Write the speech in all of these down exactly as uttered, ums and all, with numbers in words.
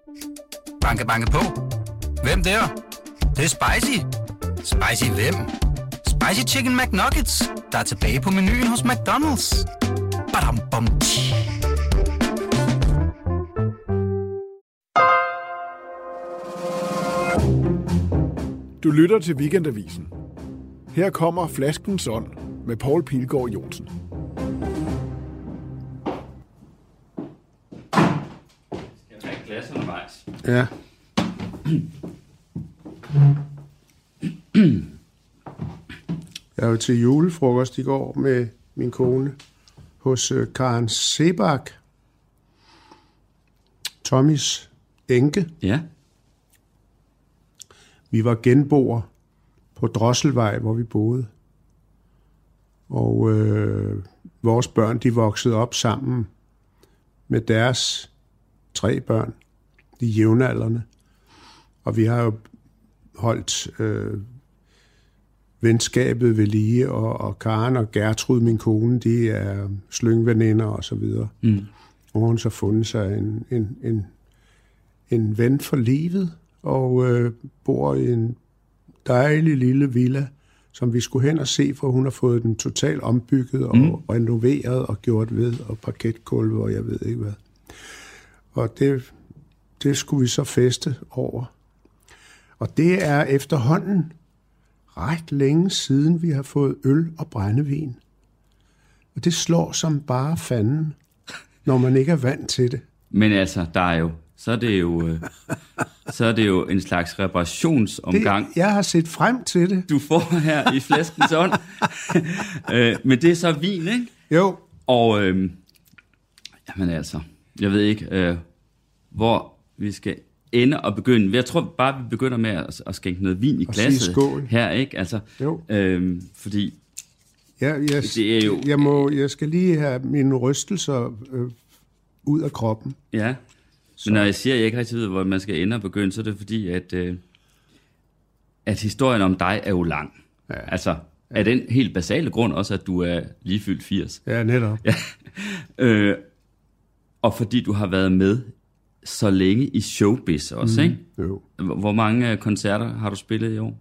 Banke, banke på. Hvem der? Det, det er spicy. Spicy hvem? Spicy Chicken McNuggets, der er tilbage på menuen hos McDonald's. Badum, bom, tji. Du lytter til Weekendavisen. Her kommer Flaskens Ånd med Poul Pilgaard Johnsen. Skal jeg have et glas undervejs? Ja. Jeg var til julefrokost i går med min kone hos Karen Sebak, Tommys enke. Ja. Vi var genboer på Drosselvej, hvor vi boede. Og øh, vores børn, de voksede op sammen med deres tre børn, de jævnaldrende. Og vi har jo holdt øh, venskabet ved lige, og, og Karen og Gertrud, min kone, de er slyngveninder og så videre. Mm. Og hun så fundet sig en, en, en, en ven for livet, og øh, bor i en dejlig lille villa, som vi skulle hen og se, for hun har fået den totalt ombygget og mm. renoveret og gjort ved, og parketgulve, og jeg ved ikke hvad. Og det, det skulle vi så feste over. Og det er efterhånden ret længe siden, vi har fået øl og brændevin. Og det slår som bare fanden, når man ikke er vant til det. Men altså, der er jo, så er det jo, øh, så er det jo en slags reparationsomgang. Det, jeg har set frem til det. Du får her i Flaskens Ånd. øh, men det er så vin, ikke? Jo. Og, øh, jamen altså, jeg ved ikke, øh, hvor vi skal ende og begynde. Jeg tror bare, vi begynder med at, at skænke noget vin i glasset her, ikke? Altså, jo. Øh, fordi ja, jeg, det er jo... Jeg, må, jeg skal lige have mine rystelser øh, ud af kroppen. Ja, så. Men når jeg siger, at jeg ikke rigtig ved, hvor man skal ende og begynde, så er det fordi, at, øh, at historien om dig er jo lang. Ja. Altså, af den helt basale grund også, at du er lige fyldt firs. Ja, netop. Ja. øh, og fordi du har været med så længe i showbiz også, mm, ikke? Jo. Hvor mange koncerter har du spillet i år?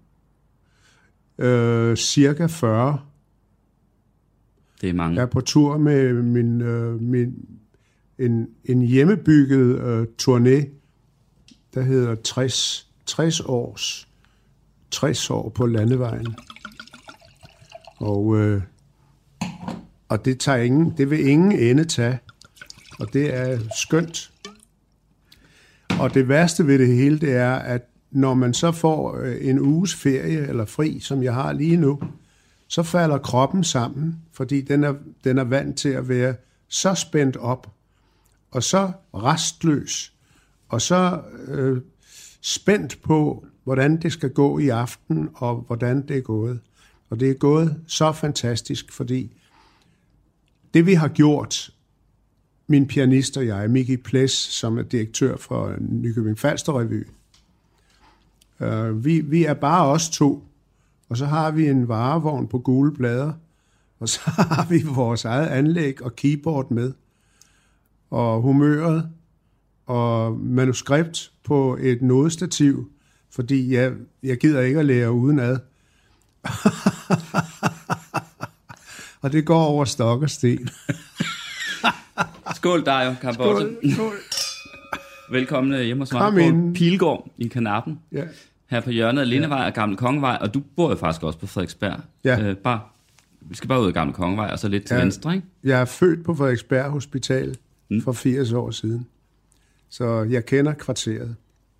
Øh, cirka fyrre. Det er mange. Jeg er på tur med min, øh, min en, en hjemmebygget øh, turné, der hedder tres, tres års tres år på landevejen. Og, øh, og det tager ingen, det vil ingen ende tage. Og det er skønt. Og det værste ved det hele, det er, at når man så får en uges ferie eller fri, som jeg har lige nu, så falder kroppen sammen, fordi den er, den er vant til at være så spændt op, og så restløs, og så øh, spændt på, hvordan det skal gå i aften, og hvordan det er gået. Og det er gået så fantastisk, fordi det vi har gjort, min pianist og jeg, Miki Ples, som er direktør for Nykøbing Falster Revy, uh, vi, vi er bare os to, og så har vi en varevogn på gule plader, og så har vi vores eget anlæg og keyboard med, og humøret, og manuskript på et nodestativ, fordi jeg, jeg gider ikke at lære udenad. Og det går over stok og sten. Skål, Dario Carbotte. Skål, skål. Velkommen hjemme hos mig på Pilgaard i Karnappen. Ja. Her på hjørnet af Lindevej og Gamle Kongevej, og du bor jo faktisk også på Frederiksberg. Ja. Øh, bare, vi skal bare ud af Gamle Kongevej, og så lidt til ja. venstre, ikke? Jeg er født på Frederiksberg Hospital mm. for firs år siden, så jeg kender kvarteret.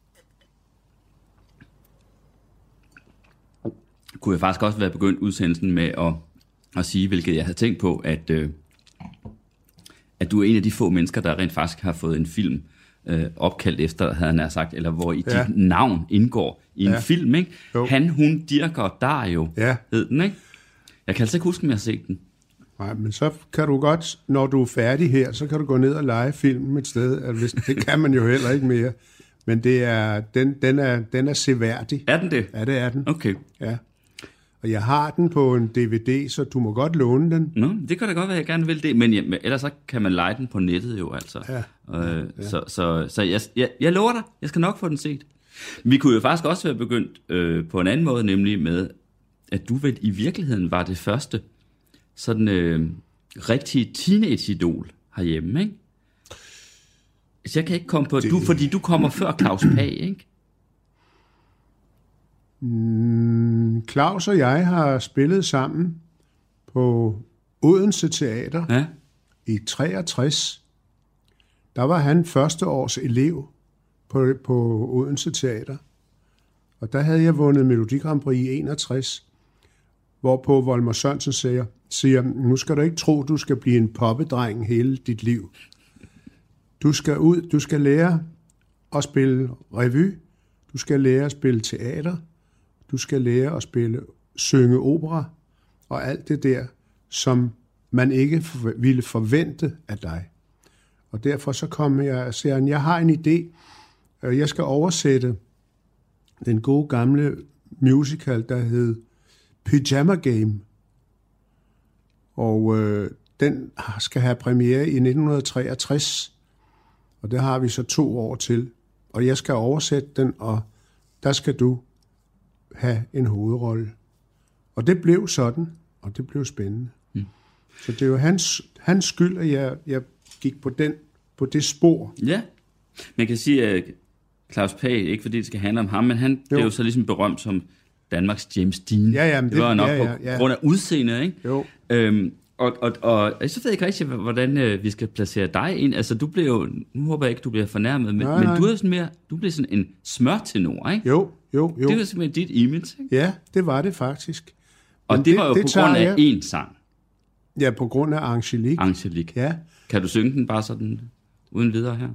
Kunne jeg faktisk også være begyndt udsendelsen med at, at sige, hvilket jeg havde tænkt på, at, øh, at du er en af de få mennesker, der rent faktisk har fået en film øh, opkaldt efter, havde han sagt, eller hvor i ja. dit navn indgår i en ja. film, ikke? Jo. Han, hun, Dirker, Dario, ja. hed den, ikke? Jeg kan altså ikke huske, om jeg har set den. Nej, men så kan du godt, når du er færdig her, så kan du gå ned og lege filmen et sted. Altså, det kan man jo heller ikke mere. Men det er, den, den, er, den er seværdig. Er den det? Ja, det er den. Okay. Ja. Og jeg har den på en D V D, så du må godt låne den. Nå, det kan da godt være, jeg gerne vil det, men ja, ellers så kan man lege den på nettet jo, altså. Ja, øh, ja. Så, så, så jeg, jeg, jeg lover dig, jeg skal nok få den set. Vi kunne jo faktisk også være begyndt øh, på en anden måde, nemlig med, at du vel i virkeligheden var det første sådan øh, rigtige teenage-idol herhjemme, ikke? Så jeg kan ikke komme på, det... du, fordi du kommer før Claus Pag, ikke? Mm, Claus og jeg har spillet sammen på Odense Teater Ja. i treogtres. Der var han første års elev på, på Odense Teater. Og der havde jeg vundet Melodi Grand Prix i enogtres, hvorpå Volmer Sørensen siger, siger, nu skal du ikke tro, du skal blive en poppedreng hele dit liv. Du skal ud, du skal lære at spille revy, du skal lære at spille teater, du skal lære at spille, synge opera, og alt det der, som man ikke for, ville forvente af dig. Og derfor så kom jeg og siger, jeg har en idé, jeg skal oversætte den gode gamle musical, der hed Pyjama Game. Og øh, den skal have premiere i nitten treogtres, og det har vi så to år til. Og jeg skal oversætte den, og der skal du have en hovedrolle. Og det blev sådan, og det blev spændende. Mm. Så det er jo hans, hans skyld, at jeg, jeg gik på, den, på det spor. Ja, man kan sige, at Claus Pag, ikke fordi det skal handle om ham, men han jo. blev jo så ligesom berømt som Danmarks James Dean. Ja, jamen, det, det var nok ja, ja, på ja. grund af udseendet, ikke? Jo. Øhm, og, og, og så ved jeg ikke rigtig, hvordan øh, vi skal placere dig ind. Altså, du bliver jo, nu håber jeg ikke, du bliver fornærmet, men, nej, men nej. du er sådan mere, du bliver sådan en smørtenor, ikke? Jo, jo, jo. Det var simpelthen dit image, ikke? Ja, det var det faktisk. Og Men det, det var jo det på grund af jeg. én sang, Ja, på grund af Angelique. Angelique. Ja. Kan du synge den bare sådan, uden videre her?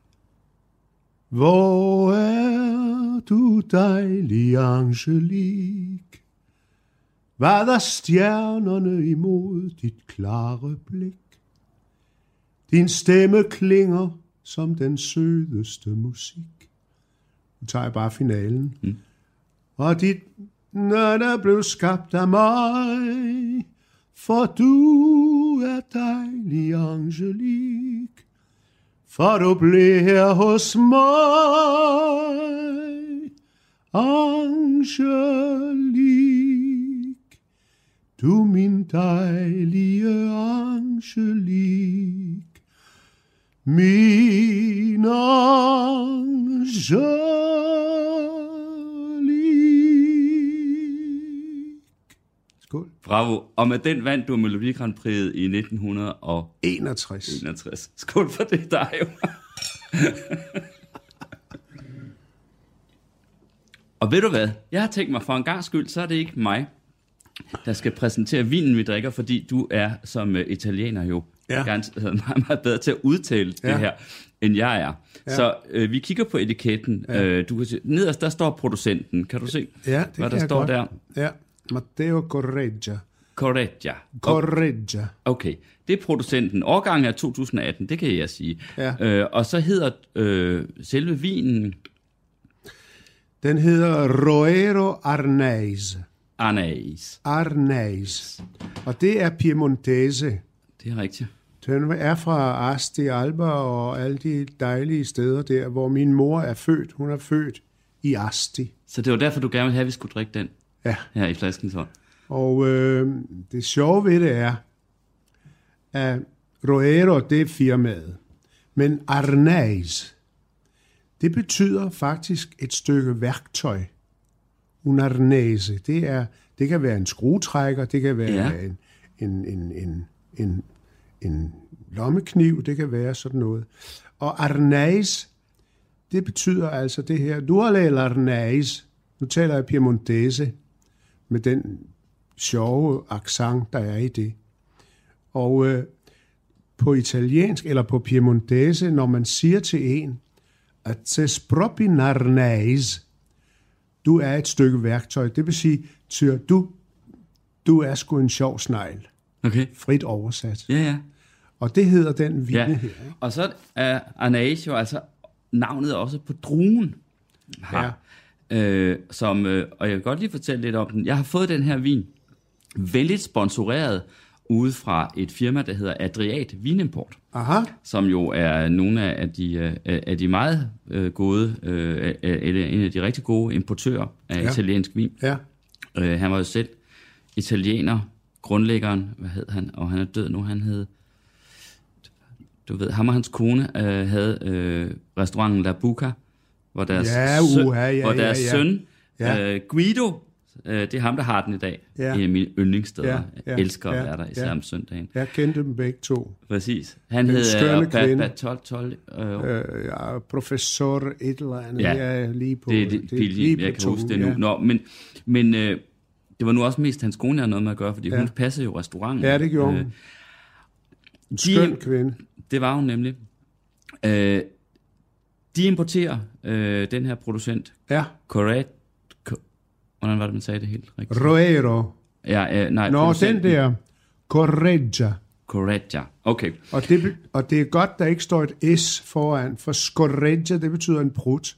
Hvor er du dejlig, Angelique? Hvad er stjernerne imod dit klare blik? Din stemme klinger som den sødeste musik. Nu tager jeg bare finalen. Mm. Og dit navn blev skabt af mig, for du er dejlig, Angelique. For du blev her hos mig, Angelique. Du min dejlige Angelique. Min Angelique. Skål. Bravo. Og med den vandt du Melodi Grand Prix i nitten enogtres. enogtres. Skål for det, der jo. Og ved du hvad? Jeg har tænkt mig, for en gang skyld, så er det ikke mig, der skal præsentere vinen, vi drikker, fordi du er som uh, italiener jo Ja. gerne meget, meget bedre til at udtale ja. det her, end jeg er. Ja. Så uh, vi kigger på etiketten. Ja. Uh, du kan se, nederst, der står producenten. Kan du se, Ja, det hvad kan der jeg står godt. der? Ja, Matteo Correggia. Correggia. Correggia. Okay, det er producenten. Årgangen er to tusind og atten, det kan jeg sige. Ja. Øh, og så hedder øh, selve vinen Den hedder Roero Arnese. Arnais. Arnese. Og det er Piemontese. Det er rigtigt. Den er fra Asti, Alba og alle de dejlige steder der, hvor min mor er født. Hun er født i Asti. Så det var derfor, du gerne ville have, at vi skulle drikke den Ja. her i flaskens hånd. Og øh, det sjove ved det er, at Roero, det er firmaet. Men Arnese, det betyder faktisk et stykke værktøj. Un arnese, det, er, det kan være en skruetrækker, det kan være Ja. en, en, en, en, en, en lommekniv, det kan være sådan noget. Og arnese, det betyder altså det her, du har lavet arnese, nu taler jeg piemontese, med den sjove accent, der er i det. Og øh, på italiensk, eller på piemontese, når man siger til en, at ses proprio un arnese, du er et stykke værktøj, det vil sige, tyr, du, du er sgu en sjov snegl. Okay. Frit oversat. Ja, ja. Og det hedder den vine ja. her. Ikke? Og så er Arnais jo altså navnet også på druen. Ja. øh, som, øh, og jeg vil godt lige fortælle lidt om den. Jeg har fået den her vin vældigt sponsoreret ude fra et firma, der hedder Adriat Vinimport. Aha. Som jo er nogle af de, af de meget øh, gode, øh, eller en af de rigtig gode importører af ja. italiensk vin. Ja. Øh, han var jo selv italiener, grundlæggeren, hvad hed han, og han er død nu, han hed, du ved, ham og hans kone øh, havde øh, restauranten La Buca, hvor deres, ja, søn, uha, ja, hvor deres ja, ja. søn, ja. øh, Guido, øh, det er ham, der har den i dag, ja. en af mine yndlingssteder. Ja, ja, jeg elsker ja, at være der, især ja. om søndagen. Jeg kendte dem begge to. Præcis. Han Den hed skønne kvinde. Bartol, øh, øh, ja, professor et eller andet. Ja, ja lige på, det er det, det billige, lige jeg kan tungen, huske det nu. Ja. Nå, men men øh, det var nu også mest hans kone, jeg havde noget med at gøre, fordi ja. hun passede jo restauranten. Ja, det gjorde hun. Øh, en skøn de, kvinde. Det var hun nemlig. Øh, de importerer øh, den her producent. Ja. Correct. Co- Hvordan var det, man sagde det helt rigtigt? Roero. Ja, øh, nej. Nå, den der. Correggia. Correggia. Okay. Og det, og det er godt, der ikke står et S foran, for scorreggia, det betyder en prut.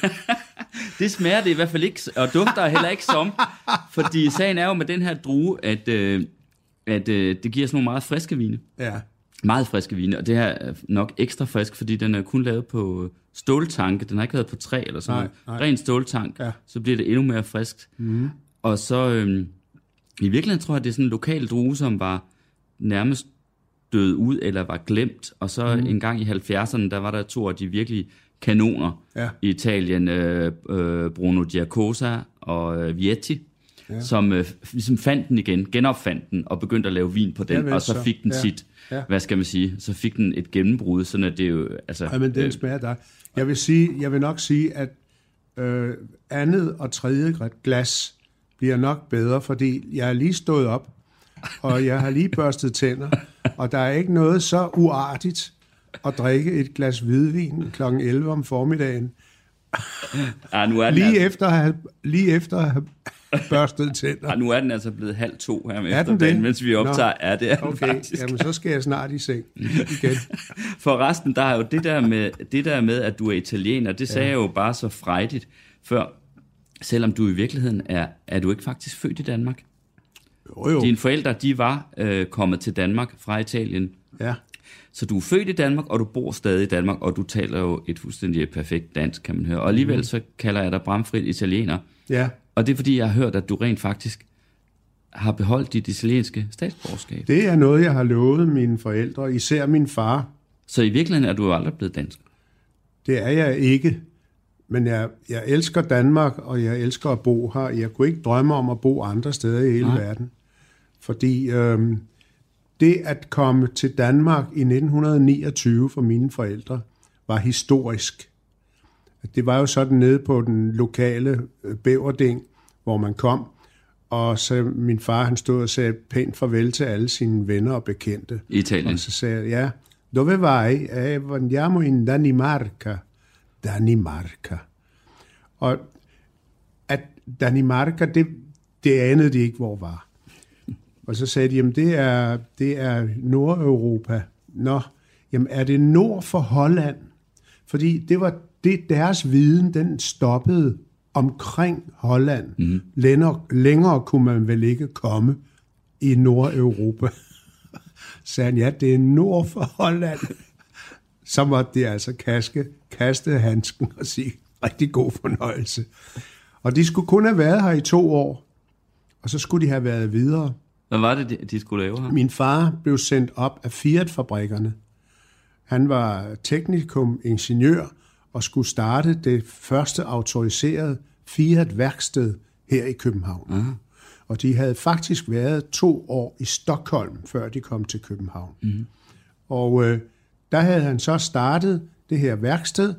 Det smager det i hvert fald ikke, og dufter heller ikke som, fordi sagen er jo med den her drue, at, øh, at øh, det giver sådan nogle meget friske vine. Ja. Meget friske vine, og det her er nok ekstra frisk, fordi den er kun lavet på ståltanke, den har ikke været på træ eller sådan nej, noget. Nej. Ren ståltank, ja. Så bliver det endnu mere friskt. Mm. Og så, øh, i virkeligheden tror jeg, det er sådan en lokal drue, som var nærmest død ud, eller var glemt, og så mm. en gang i halvfjerdserne, der var der to af de virkelig kanoner ja. i Italien, øh, øh, Bruno Giacosa og øh, Vietti, ja. som øh, ligesom fandt den igen, genopfandt den, og begyndte at lave vin på den, og så fik den ja. sit, ja. hvad skal man sige, så fik den et gennembrud, sådan at det jo, altså... Ja, men den øh, smager der. Jeg vil sige, jeg vil nok sige, at øh, andet og tredje glas bliver nok bedre, fordi jeg er lige stået op, og jeg har lige børstet tænder, og der er ikke noget så uartigt at drikke et glas hvidvin klokken elleve om formiddagen. Ja, nu er den lige, altså... efter at have, lige efter at have børstet tænder. Ja, nu er den altså blevet halv to her med er efterdagen, mens vi optager. Nå. Ja, det er okay. faktisk. Jamen, så skal jeg snart i seng igen. For resten, der er jo det der med, det der med at du er italiener, det sagde ja. jeg jo bare så frejdigt før, selvom du i virkeligheden er, er du ikke faktisk født i Danmark? Jo, jo. Dine forældre, de var øh, kommet til Danmark fra Italien. Ja. Så du er født i Danmark, og du bor stadig i Danmark, og du taler jo et fuldstændig perfekt dansk, kan man høre. Og alligevel mm. så kalder jeg dig bramfrit italiener. Ja. Og det er fordi, jeg har hørt, at du rent faktisk har beholdt dit italienske statsborgerskab. Det er noget, jeg har lovet mine forældre, især min far. Så i virkeligheden er du jo aldrig blevet dansk? Det er jeg ikke. Men jeg, jeg elsker Danmark, og jeg elsker at bo her. Jeg kunne ikke drømme om at bo andre steder i hele Nej. verden. Fordi øhm, det at komme til Danmark i nitten niogtyve for mine forældre var historisk. Det var jo sådan nede på den lokale Bæverding, hvor man kom, og så min far han stod og sagde pænt farvel til alle sine venner og bekendte. I Italien? Og så sagde jeg, ja, dove vai? Eh, andiamo in Danimarca. Danimarca. Og at Danimarca, det, det anede de ikke, hvor var. Og så sagde de, jamen det er, det er Nordeuropa. Nå, jamen er det nord for Holland? Fordi det var det, deres viden, den stoppede omkring Holland. Mm. Længere, længere kunne man vel ikke komme i Nordeuropa. Så sagde han, ja, det er nord for Holland. Så måtte de altså kaste, kaste handsken og sige, rigtig god fornøjelse. Og de skulle kun have været her i to år, og så skulle de have været videre. Hvad var det, de skulle lave her? Min far blev sendt op af Fiat-fabrikkerne. Han var teknikum-ingeniør og skulle starte det første autoriserede Fiat-værksted her i København. Uh-huh. Og de havde faktisk været to år i Stockholm, før de kom til København. Uh-huh. Og øh, der havde han så startet det her værksted,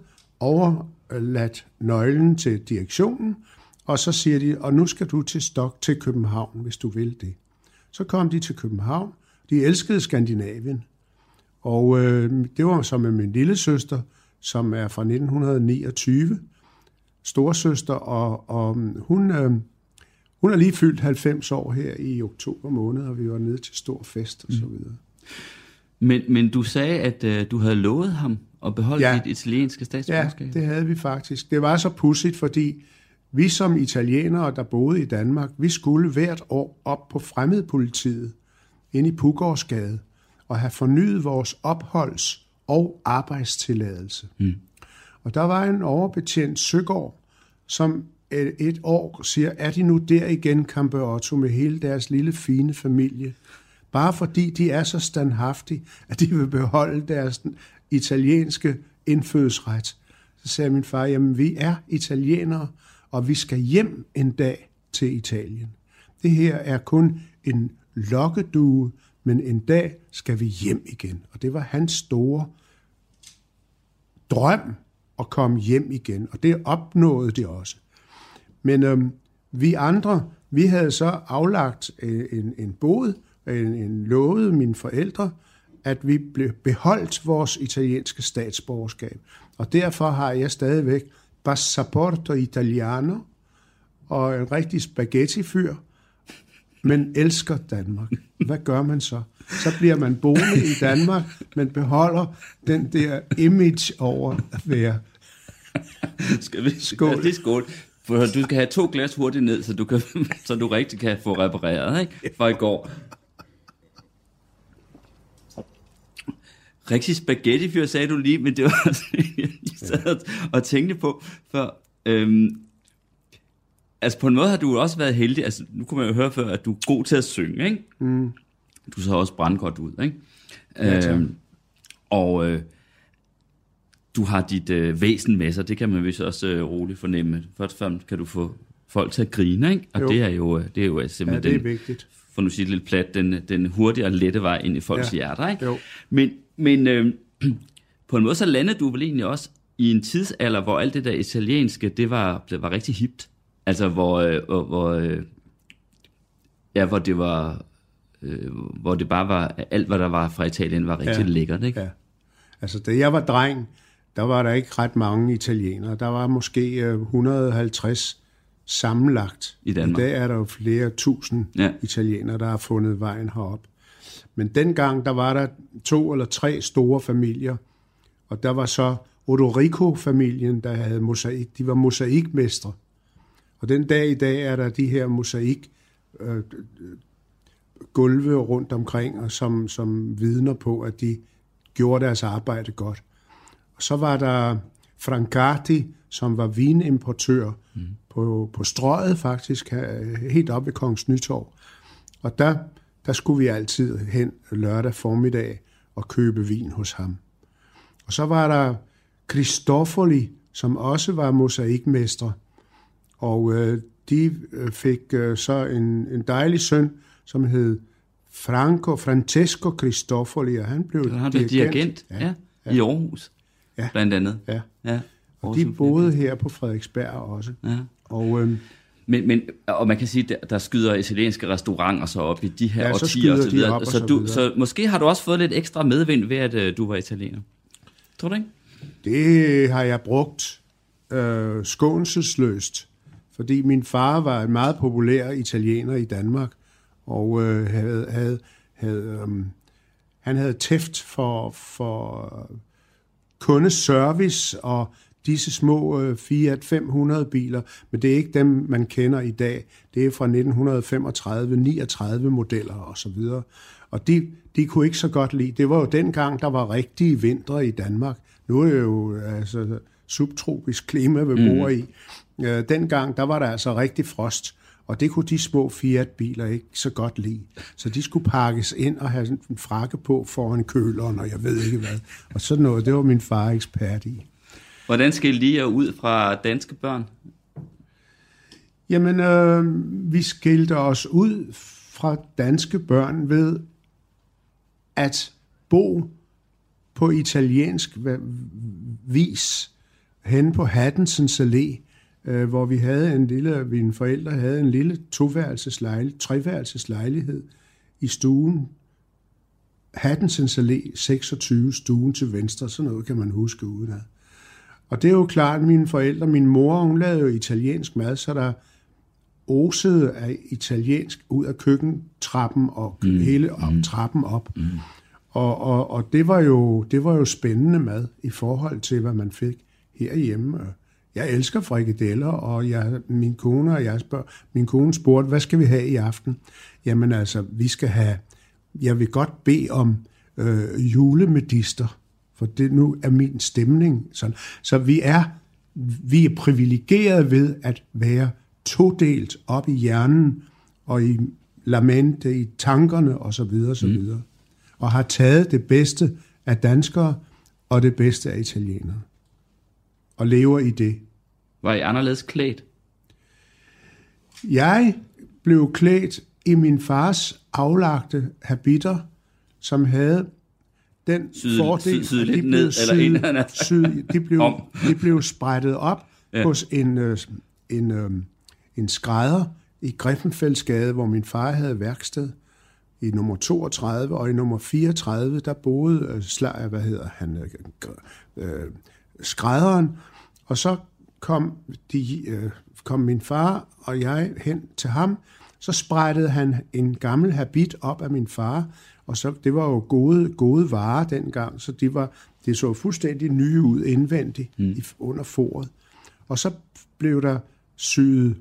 overladt nøglen til direktionen, og så siger de, og nu skal du til Stok til København, hvis du vil det. Så kom de til København. De elskede Skandinavien. Og øh, det var så med min lille søster, som er fra nitten niogtyve, storsøster, og, og hun, øh, hun er lige fyldt halvfems år her i oktober måned, og vi var nede til stor fest og så videre. Men, men du sagde, at øh, du havde lovet ham at beholde ja. dit italienske statsborgerskab? Ja, det havde vi faktisk. Det var så pudsigt, fordi vi som italienere, der boede i Danmark, vi skulle hvert år op på fremmedpolitiet inde i Pugårdsgade og have fornyet vores opholds- og arbejdstilladelse. Mm. Og der var en overbetjent Søgaard, som et, et år siger, er de nu der igen, Campeotto, med hele deres lille fine familie? Bare fordi de er så standhaftige, at de vil beholde deres italienske indfødsret. Så sagde min far, jamen vi er italienere, og vi skal hjem en dag til Italien. Det her er kun en lokkedue, men en dag skal vi hjem igen. Og det var hans store drøm at komme hjem igen, og det opnåede det også. Men øhm, vi andre, vi havde så aflagt en, en bod, en, en lovet mine forældre, at vi blev beholdt vores italienske statsborgerskab. Og derfor har jeg stadigvæk passaporto italiano og en rigtig spaghetti-fyr, men elsker Danmark. Hvad gør man så? Så bliver man boende i Danmark, men beholder den der image over at være. Skal vi skål? Ja, det er skål. For du skal have to glas hurtigt ned, så du, kan, så du rigtig kan få repareret, ikke? For i går. Rigtig spaghetti-fyr, sagde du lige, men det var jeg sad og tænkte på, for øhm, altså på en måde har du også været heldig, altså nu kunne man jo høre før, at du er god til at synge, ikke? Mm. Du så også brandgodt ud, ikke? Ja, øhm, og øh, du har dit øh, væsen med sig, det kan man vist også øh, roligt fornemme. Først og fremmest kan du få folk til at grine, ikke? Og jo. det er jo, det er jo simpelthen ja, det er den, vigtigt. For nu sige lidt plat, den, den hurtige og lette vej ind i folks ja. hjerter, ikke? Jo. Men, men øh, på en måde så landede du vel egentlig også i en tidsalder, hvor alt det der italienske, det var, det var rigtig hipt. Altså hvor, øh, hvor, øh, ja, hvor det var, øh, hvor det bare var, alt hvad der var fra Italien var rigtig ja. lækkert, ikke? Ja. Altså da jeg var dreng, der var der ikke ret mange italienere. Der var måske et hundrede og halvtreds sammenlagt. I Danmark. I dag er der jo flere tusind ja. italienere, der har fundet vejen herop. Men dengang, der var der to eller tre store familier, og der var så Odorico-familien, der havde mosaik. De var mosaikmestre. Og den dag i dag er der de her mosaik øh, gulve rundt omkring, og som, som vidner på, at de gjorde deres arbejde godt. Og så var der Francati, som var vinimportør mm. på, på Strøget faktisk, helt oppe ved Kongens Nytorv. Og der, der skulle vi altid hen lørdag formiddag og købe vin hos ham. Og så var der Cristofoli, som også var mosaikmestre. Og øh, de fik øh, så en, en dejlig søn, som hed Franco Francesco Cristofoli, og han blev han blev dirigent, dirigent ja, ja, ja. i Aarhus, ja. blandt andet. Ja. Ja. Og de boede her på Frederiksberg også. Ja. Og, øhm, men, men, og man kan sige, der, der skyder italienske restauranter så op i de her ja, årtier og så videre. Og så, så, du, videre. så måske har du også fået lidt ekstra medvind ved, at uh, du var italiener. Tror du ikke? Det har jeg brugt øh, skånselsløst, fordi min far var en meget populær italiener i Danmark, og øh, havde, havde, havde, øh, han havde tæft for, for kundeservice og disse små øh, Fiat fem hundrede biler, men det er ikke dem, man kender i dag. Det er fra nitten femogtredive, niogtredive modeller og så videre. Og de, de kunne ikke så godt lide. Det var jo dengang, der var rigtige vintre i Danmark. Nu er det jo altså, subtropisk klima, vi bor i. Øh, dengang, der var der altså rigtig frost, og det kunne de små Fiat-biler ikke så godt lide. Så de skulle pakkes ind og have en frakke på foran køleren, og jeg ved ikke hvad. Og sådan noget, det var min far ekspert i. Hvordan skilte I jer ud fra danske børn? Jamen, øh, vi skilte os ud fra danske børn ved at bo på italiensk vis hen på Hattensens Allé, øh, hvor vi havde en lille, mine forældre havde en lille toværelseslejlighed, treværelseslejlighed i stuen. Hattensens Allé seksogtyve, stuen til venstre, sådan noget kan man huske udenad. Og det er jo klart, at mine forældre, min mor, hun lavede jo italiensk mad, så der osede af italiensk ud af køkkentrappen og mm. hele mm. trappen op. Mm. Og, og, og det, var jo, det var jo spændende mad i forhold til, hvad man fik herhjemme Jeg elsker frikadeller, og jeg, min kone og jeg spørger, min kone spurgte, hvad skal vi have i aften? Jamen altså, vi skal have, jeg vil godt bede om øh, julemedister, for det nu er min stemning sådan. Så vi er, vi er privilegerede ved at være todelt op i hjernen, og i lamente, i tankerne, og så videre, så videre. Mm. Og har taget det bedste af danskere, og det bedste af italienere. Og lever i det. Var I anderledes klædt? Jeg blev klædt i min fars aflagte habitter, som havde den syde, fordel, syde, syde lidt ned, syde, eller indad, syde, de, blev, om. de blev sprættet op ja. hos en, en, en, en skrædder i Griffenfeldsgade, hvor min far havde værksted. I nummer toogtredive, og i nummer fireogtredive, der boede øh, slag, hvad hedder han, øh, øh, skrædderen, og så kom, de, øh, kom min far og jeg hen til ham, så sprættede han en gammel habit op af min far, og så, det var jo gode, gode varer dengang, så de var, det så fuldstændig nye ud indvendigt mm. i, under foret. Og så blev der syet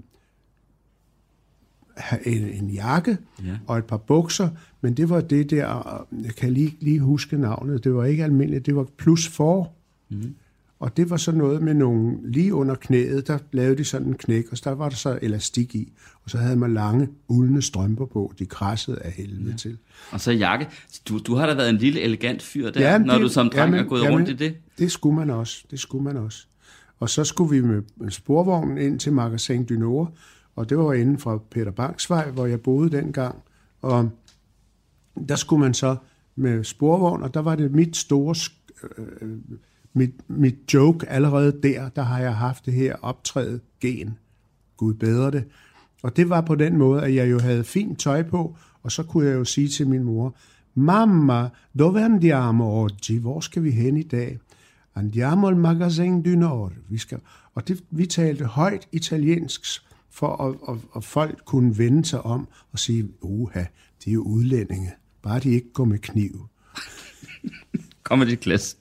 En, en jakke ja. og et par bukser, men det var det der, jeg kan lige, lige huske navnet, det var ikke almindeligt, det var plus for, mm. og det var så noget med nogle, lige under knæet, der lavede de sådan en knæk, og der var der så elastik i, og så havde man lange, uldne strømper på, de krassede af helvede ja. til. Og så jakke, du, du har da været en lille elegant fyr der, ja, når det, du som dreng jamen, er gået jamen, rundt i det? Det skulle man også, det skulle man også. Og så skulle vi med sporvognen ind til Magasin du Nord, og det var inden fra Peter Bangs Vej, hvor jeg boede dengang. Og der skulle man så med sporvogn, og der var det mit store, øh, mit, mit joke allerede der, der har jeg haft det her optrædet gen. Gud bedre det. Og det var på den måde, at jeg jo havde fint tøj på, og så kunne jeg jo sige til min mor, Mamma, dove andiamo oggi? Hvor skal vi hen i dag? Andiamo al Magasin du Nord. Vi skal, og det, vi talte højt italiensk, for at, at, at folk kunne vende sig om og sige, uha, de er jo udlændinge. Bare de ikke går med kniv. Kom med dit glas.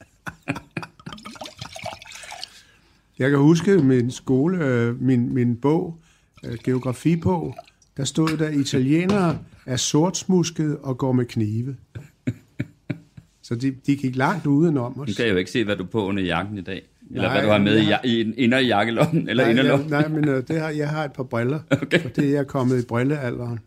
Jeg kan huske min skole, min, min bog, geografibog, der stod der, italienere er sortsmuskede og går med knive. Så de, de gik langt udenom os. Du kan jo ikke se, hvad du er på under jakken i dag. Eller nej, hvad du har med har... i, i inder jakkelommen, eller nej, inderlommen. Nej, men uh, det har, jeg har et par briller, okay. For det er jeg kommet i brillealderen.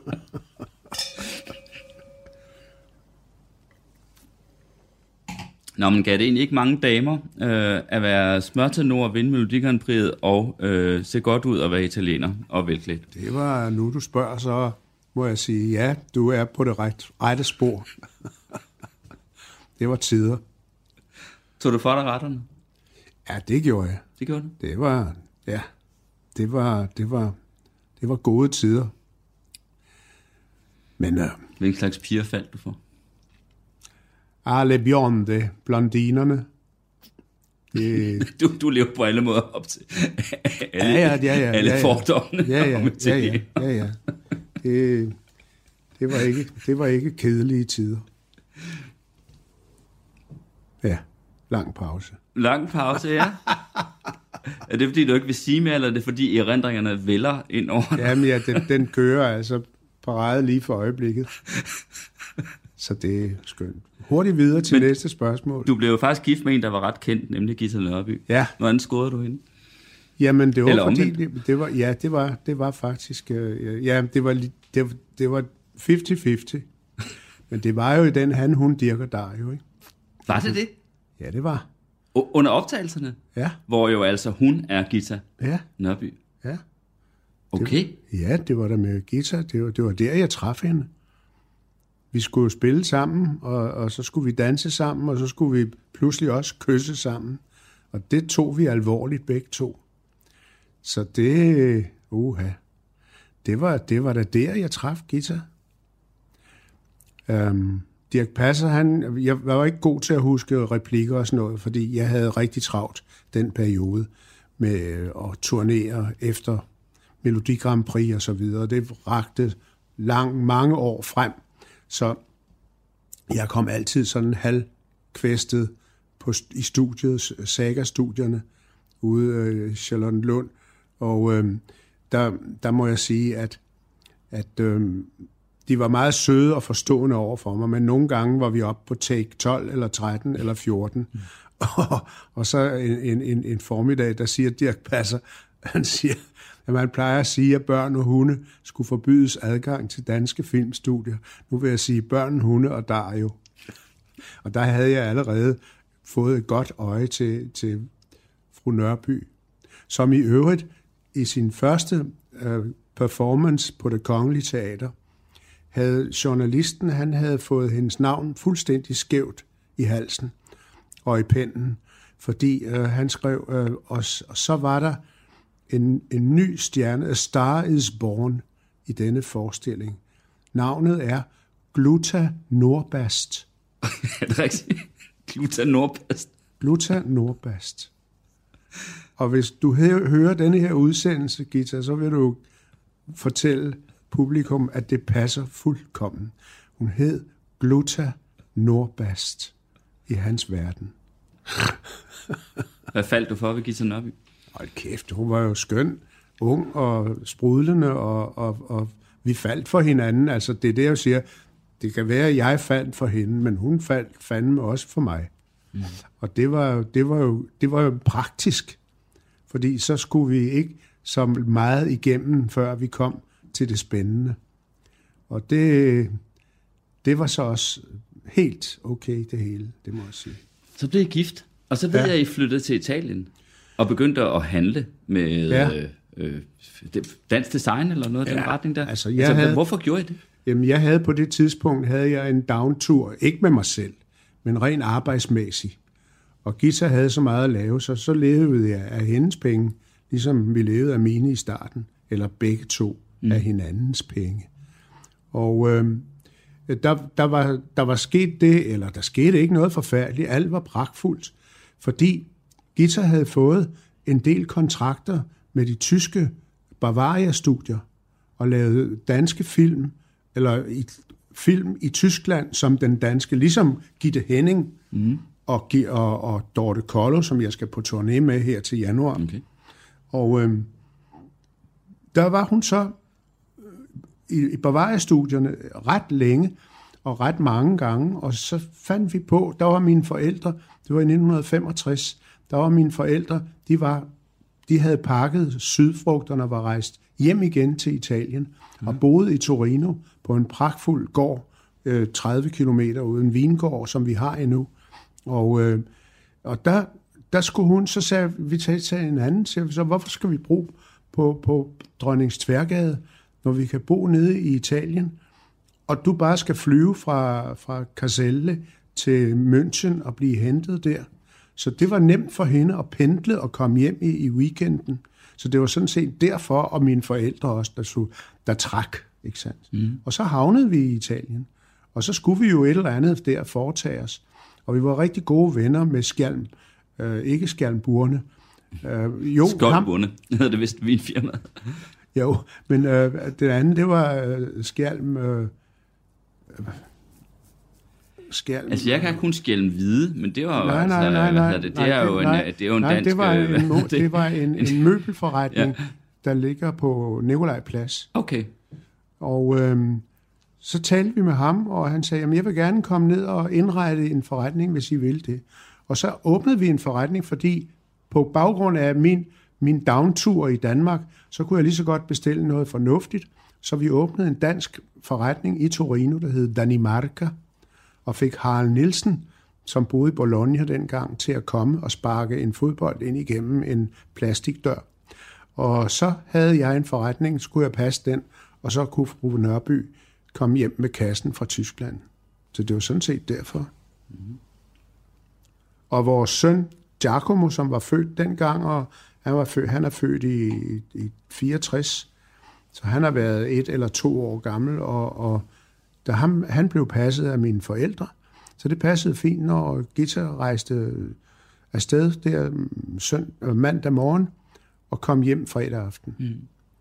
Nå, men gav det egentlig ikke mange damer øh, at være smørtenor, vinde Melodi Grand Prix og øh, se godt ud og være italiener og velklædt? Det var, nu du spørger, så må jeg sige, ja, du er på det rette, rette spor. Det var tider. Tog du for dig retterne? Ja, det gjorde jeg. Det gjorde du? Det var, ja, det var, det var, det var gode tider. Men øh, hvilken slags piger faldt du for? Alle bionde, blondinerne. Det... du, du lever på alle måder op til alle, ja, ja, ja, ja, alle ja, ja. fordommene. Ja, ja, ja, ja, ja, ja. Det, det, var ikke, det var ikke kedelige tider. Ja, lang pause. Lang pause, ja. Er det fordi, du ikke vil sige mere, eller er det fordi erindringerne vælger ind over dig? Jamen ja, den, den kører altså parade lige for øjeblikket. Så det er skønt. Hurtigt videre til Men næste spørgsmål. Du blev jo faktisk gift med en, der var ret kendt, nemlig Ghita Nørby. Ja. Hvordan scorede du hende? Jamen det var Eller fordi, det, det var, ja, det var, det var faktisk, øh, ja, det var, det, det var halvtreds halvtreds. Men det var jo i den han, hun, Dirk der jo, ikke? Var det det? Ja, det var. O- under optagelserne? Ja. Hvor jo altså hun er Ghita ja. Nørby? Ja. Okay. Det, ja, det var der med Ghita. Det var, det var der, jeg traf hende. Vi skulle spille sammen, og, og så skulle vi danse sammen, og så skulle vi pludselig også kysse sammen. Og det tog vi alvorligt begge to. Så det, uha, det var, det var da der, jeg traf Ghita. Um, Dirch Passer, han, jeg var ikke god til at huske replikker og sådan noget, fordi jeg havde rigtig travlt den periode med at turnere efter Melodi Grand Prix og så videre. Det rakte lang, mange år frem. Så jeg kom altid sådan halvkvæstet på, i studiet, Saga-studierne, ude i Charlottenlund. Og øh, der, der må jeg sige, at, at øh, de var meget søde og forstående over for mig, men nogle gange var vi oppe på take tolv eller tretten eller fjorten. Mm. Og, og så en, en, en formiddag, der siger Dirch Passer, han siger, at man plejer at sige, at børn og hunde skulle forbydes adgang til danske filmstudier. Nu vil jeg sige børn, hunde og Dario. Og der havde jeg allerede fået et godt øje til, til fru Nørby, som i øvrigt i sin første øh, performance på Det Kongelige Teater, havde journalisten, han havde fået hendes navn fuldstændig skævt i halsen og i pennen, fordi øh, han skrev, øh, og, og så var der en, en ny stjerne, A Star is Born, i denne forestilling. Navnet er Gluta Nordbast. Er det rigtigt? Gluta Nordbast? Gluta Nordbast. Og hvis du hører denne her udsendelse, Gita, så vil du fortælle publikum, at det passer fuldkommen. Hun hed Gluta Nordbast i hans verden. Hvad faldt du for ved Gita Nørby? Hold kæft, hun var jo skøn, ung og sprudlende, og, og, og vi faldt for hinanden. Altså, det er det, jeg siger. Det kan være, at jeg faldt for hende, men hun faldt fandme også for mig. Mm. Og det var, det, var jo, det var jo praktisk, fordi så skulle vi ikke så meget igennem, før vi kom til det spændende. Og det, det var så også helt okay, det hele, det må jeg sige. Så blev I gift, og så ved ja. jeg, at I flyttede til Italien og begyndte at handle med ja. øh, øh, dansk design eller noget af ja. den retning der. Altså, jeg altså, havde, hvorfor gjorde I det? Jamen, jeg havde på det tidspunkt havde jeg en downtur, ikke med mig selv, men rent arbejdsmæssigt. Og Gita havde så meget at lave, så så levede jeg af hendes penge, ligesom vi levede af mine i starten, eller begge to mm. af hinandens penge. Og øh, der, der, var, der var sket det, eller der skete ikke noget forfærdeligt, alt var pragtfuldt, fordi Gita havde fået en del kontrakter med de tyske Bavaria-studier, og lavet danske film, eller i, film i Tyskland som den danske, ligesom Gitte Henning mm. og, og, og Dorte Kollo, som jeg skal på turné med her til januar. Okay. Og øh, der var hun så i, i Bavaria-studierne ret længe, og ret mange gange, og så fandt vi på, der var mine forældre, det var i nitten femogtres, der var mine forældre, de var de havde pakket sydfrugterne og var rejst hjem igen til Italien, mm. og boede i Torino på en pragtfuld gård, øh, tredive kilometer ude, en vingård, som vi har endnu. Og, øh, og der, der skulle hun, så sagde vi til en anden, så hvorfor skal vi bo på, på Dronnings Tværgade, når vi kan bo nede i Italien, og du bare skal flyve fra, fra Caselle til München og blive hentet der. Så det var nemt for hende at pendle og komme hjem i, i weekenden. Så det var sådan set derfor, og mine forældre også, der, så, der trak. Ikke sandt? Mm. Og så havnede vi i Italien. Og så skulle vi jo et eller andet der foretage os. Og vi var rigtig gode venner med Skjalm. Øh, ikke Skjalm Burne. Øh, jo, Skjoldburne hedder det vist vinfirma. Jo, men øh, det andet, det var øh, Skjalm... Øh, Skjalm. Altså, jeg kan kun Skjalm Hvide, men det var nej, nej, nej, nej, det, det er jo en, det er jo en nej, dansk... det var en, det, det var en, en møbelforretning, ja. Der ligger på Nikolaj Plads. Okay. Og øhm, så talte vi med ham, og han sagde, jamen jeg vil gerne komme ned og indrette en forretning, hvis I vil det. Og så åbnede vi en forretning, fordi på baggrund af min, min downtur i Danmark, så kunne jeg lige så godt bestille noget fornuftigt. Så vi åbnede en dansk forretning i Torino, der hed Danimarca, og fik Harald Nielsen, som boede i Bologna dengang, til at komme og sparke en fodbold ind igennem en plastikdør. Og så havde jeg en forretning, skulle jeg passe den, og så kunne fru Nørby komme hjem med kassen fra Tyskland. Så det var sådan set derfor. Mm-hmm. Og vores søn, Giacomo, som var født dengang, og han, var født, han er født i, i fireogtres, så han har været et eller to år gammel, og, og da han, han blev passet af mine forældre, så det passede fint, når Gita rejste afsted der søn, mandag morgen, og kom hjem fredag aften. Mm.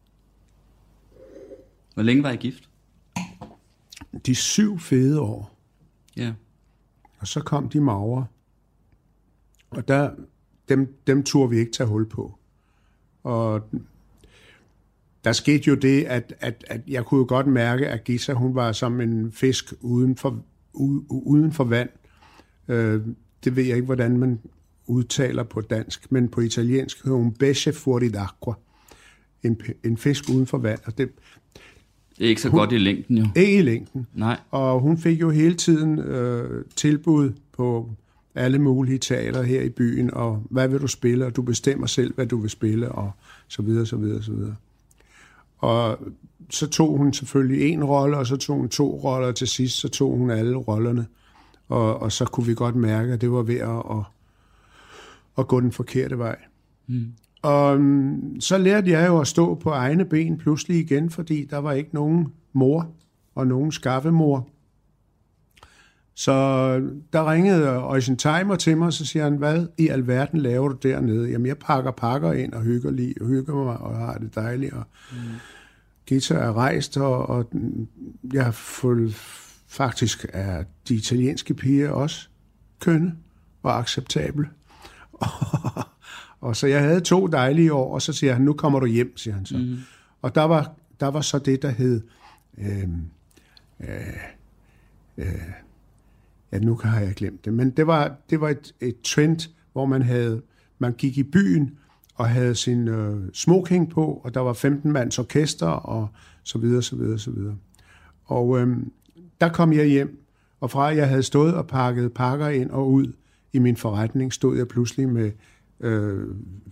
Hvor længe var I gift? De syv fede år. Ja. Og så kom de magre. Og der, dem, dem turde vi ikke tage hul på. Og der skete jo det, at, at, at jeg kunne jo godt mærke, at Gita, hun var som en fisk uden for, u, uden for vand. Øh, det ved jeg ikke, hvordan man udtaler på dansk, men på italiensk hedder hun pesce fuori d'acqua. En, en fisk uden for vand. Og det, det er ikke så hun, godt i længden, jo. Ikke i længden. Nej. Og hun fik jo hele tiden øh, tilbud på alle mulige teater her i byen, og hvad vil du spille, og du bestemmer selv, hvad du vil spille, og så videre, så videre, så videre. Og så tog hun selvfølgelig en rolle, og så tog hun to roller, og til sidst så tog hun alle rollerne. Og, og så kunne vi godt mærke, at det var ved at, at, at gå den forkerte vej. Mm. Og så lærte jeg jo at stå på egne ben pludselig igen, fordi der var ikke nogen mor og nogen skaffemor. Så der ringede Øjsen Timer til mig, og så siger han, hvad i alverden laver du dernede? Jamen, jeg pakker pakker ind og hygger, lige, og hygger mig og har det dejligt. Og mm. Gita er rejst, og, og jeg har fået faktisk er de italienske piger også kønne og acceptable. Og, og så jeg havde to dejlige år, og så siger han, nu kommer du hjem, siger han så. Mm. Og der var, der var så det, der hed... Øh, øh, øh, ja, nu har jeg glemt det, men det var, det var et, et trend, hvor man havde, man gik i byen og havde sin øh, smoking på, og der var femten mands orkester, og så videre, så videre, så videre. Og øh, der kom jeg hjem, og fra at jeg havde stået og pakket pakker ind og ud i min forretning, stod jeg pludselig med øh,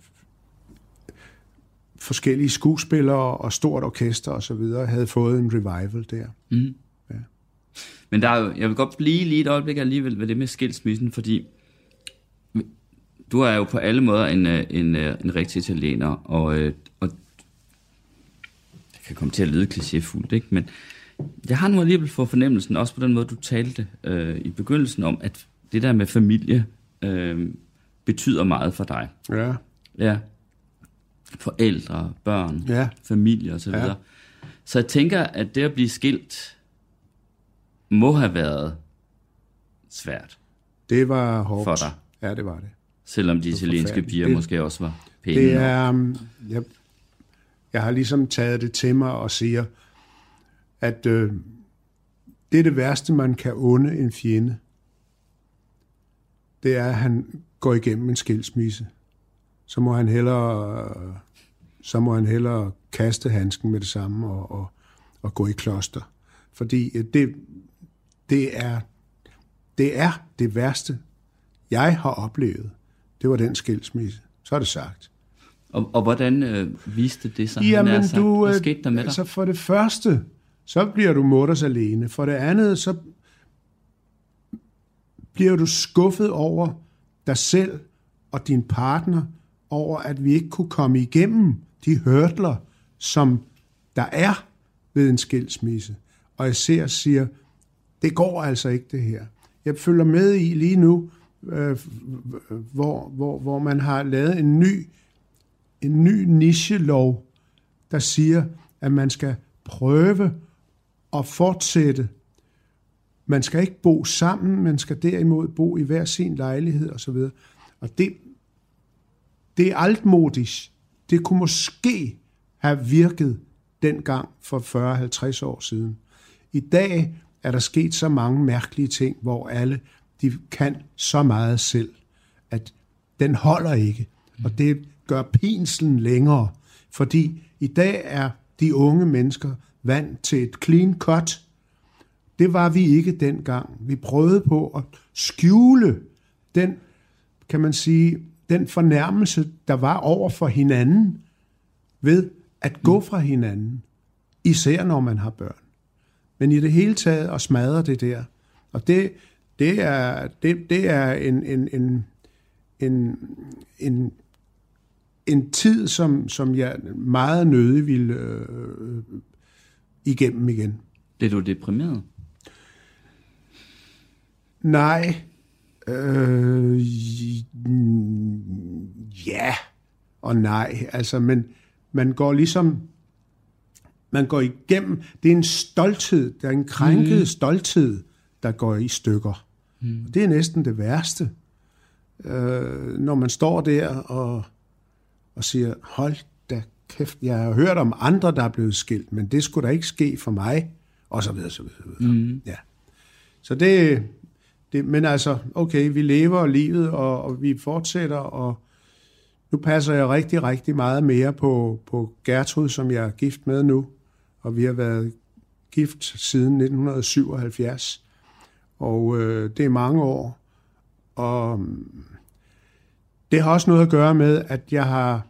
forskellige skuespillere og stort orkester og så videre, havde fået en revival der. Mm. Ja. Men der er jo, jeg vil godt blive lige et øjeblik alligevel ved det med skilsmissen, fordi du er jo på alle måder en, en, en rigtig italiener, og, og det kan komme til at lyde klichéfuldt, ikke? Men jeg har nu alligevel fået fornemmelsen, også på den måde, du talte øh, i begyndelsen om, at det der med familie øh, betyder meget for dig. Ja. Ja. Forældre, børn, ja. familie osv. Ja. Så jeg tænker, at det at blive skilt må have været svært. Det var hårdt. For dig. Ja, det var det. Selvom de italienske piger det, måske også var pæne. Det er, um, jeg, jeg har ligesom taget det til mig og siger, at øh, det er det værste, man kan unde en fjende. Det er, at han går igennem en skilsmisse. Så må han hellere, så må han hellere kaste handsken med det samme og, og, og gå i kloster. Fordi det, det, er, det er det værste, jeg har oplevet. Det var den skilsmisse. Så er det sagt. Og, og hvordan øh, viste det sig? Jamen, sagt? du, Hvad skete der med dig? Altså for det første, så bliver du mutters alene. For det andet, så bliver du skuffet over dig selv og din partner, over at vi ikke kunne komme igennem de hurdler, som der er ved en skilsmisse. Og jeg ser og siger, det går altså ikke det her. Jeg følger med i lige nu, øh, hvor, hvor, hvor man har lavet en ny, en ny nichelov, der siger, at man skal prøve at fortsætte. Man skal ikke bo sammen, man skal derimod bo i hver sin lejlighed osv. Og det, det er altmodisk. Det kunne måske have virket dengang for fyrre til halvtreds år siden. I dag er der sket så mange mærkelige ting, hvor alle de kan så meget selv, at den holder ikke. Og det gør pinslen længere, fordi i dag er de unge mennesker vant til et clean cut. Det var vi ikke dengang. Vi prøvede på at skjule den, kan man sige, den fornærmelse, der var over for hinanden, ved at gå fra hinanden, især når man har børn. Men i det hele taget at smadre det der. Og det, det er, det, det er en, en, en, en, en, en tid, som, som jeg meget nødig ville øh, igennem igen. Blev du deprimeret? Nej. Øh, ja og nej. Altså, men man går ligesom, man går igennem, det er en stolthed, der er en krænket mm. stolthed, der går i stykker. Mm. Det er næsten det værste. øh, når man står der og, og siger, hold da kæft, jeg har hørt om andre, der er blevet skilt, men det skulle da ikke ske for mig, og så videre, så videre, så videre. Mm. Ja. Så det, det, men altså, okay, vi lever livet, og, og vi fortsætter, og nu passer jeg rigtig, rigtig meget mere på, på Gertrud, som jeg er gift med nu, og vi har været gift siden nitten syvoghalvfjerds, og øh, det er mange år, og det har også noget at gøre med, at jeg har,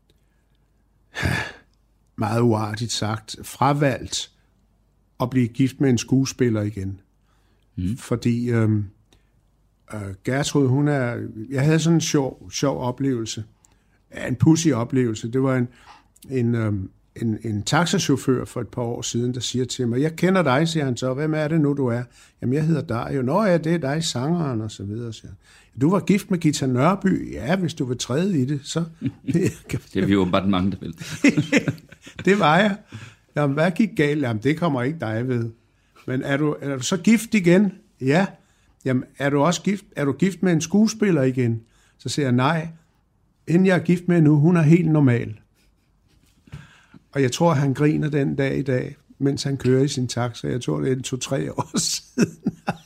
meget uartigt sagt, fravalgt at blive gift med en skuespiller igen. Mm. Fordi øh, øh, Gertrud, hun er, jeg havde sådan en sjov, sjov oplevelse, en pudsig oplevelse. Det var en, en, øh, en, en taxachauffør for et par år siden, der siger til mig, jeg kender dig, siger han så, hvem er det nu, du er? Jamen, jeg hedder Dario. Nå ja, det er dig, sangeren, og så videre, siger han. Du var gift med Gita Nørby. Ja, hvis du vil træde i det, så... Det er vi jo bare mange, der vil. Det var jeg. Jamen, hvad gik galt? Jamen, det kommer ikke dig ved. Men er du, er du så gift igen? Ja. Jamen, er du også gift? Er du gift med en skuespiller igen? Så siger jeg, nej. Hende, jeg er gift med nu, hun er helt normal. Og jeg tror, han griner den dag i dag, mens han kører i sin taxa. Jeg tror, det er to-tre år siden.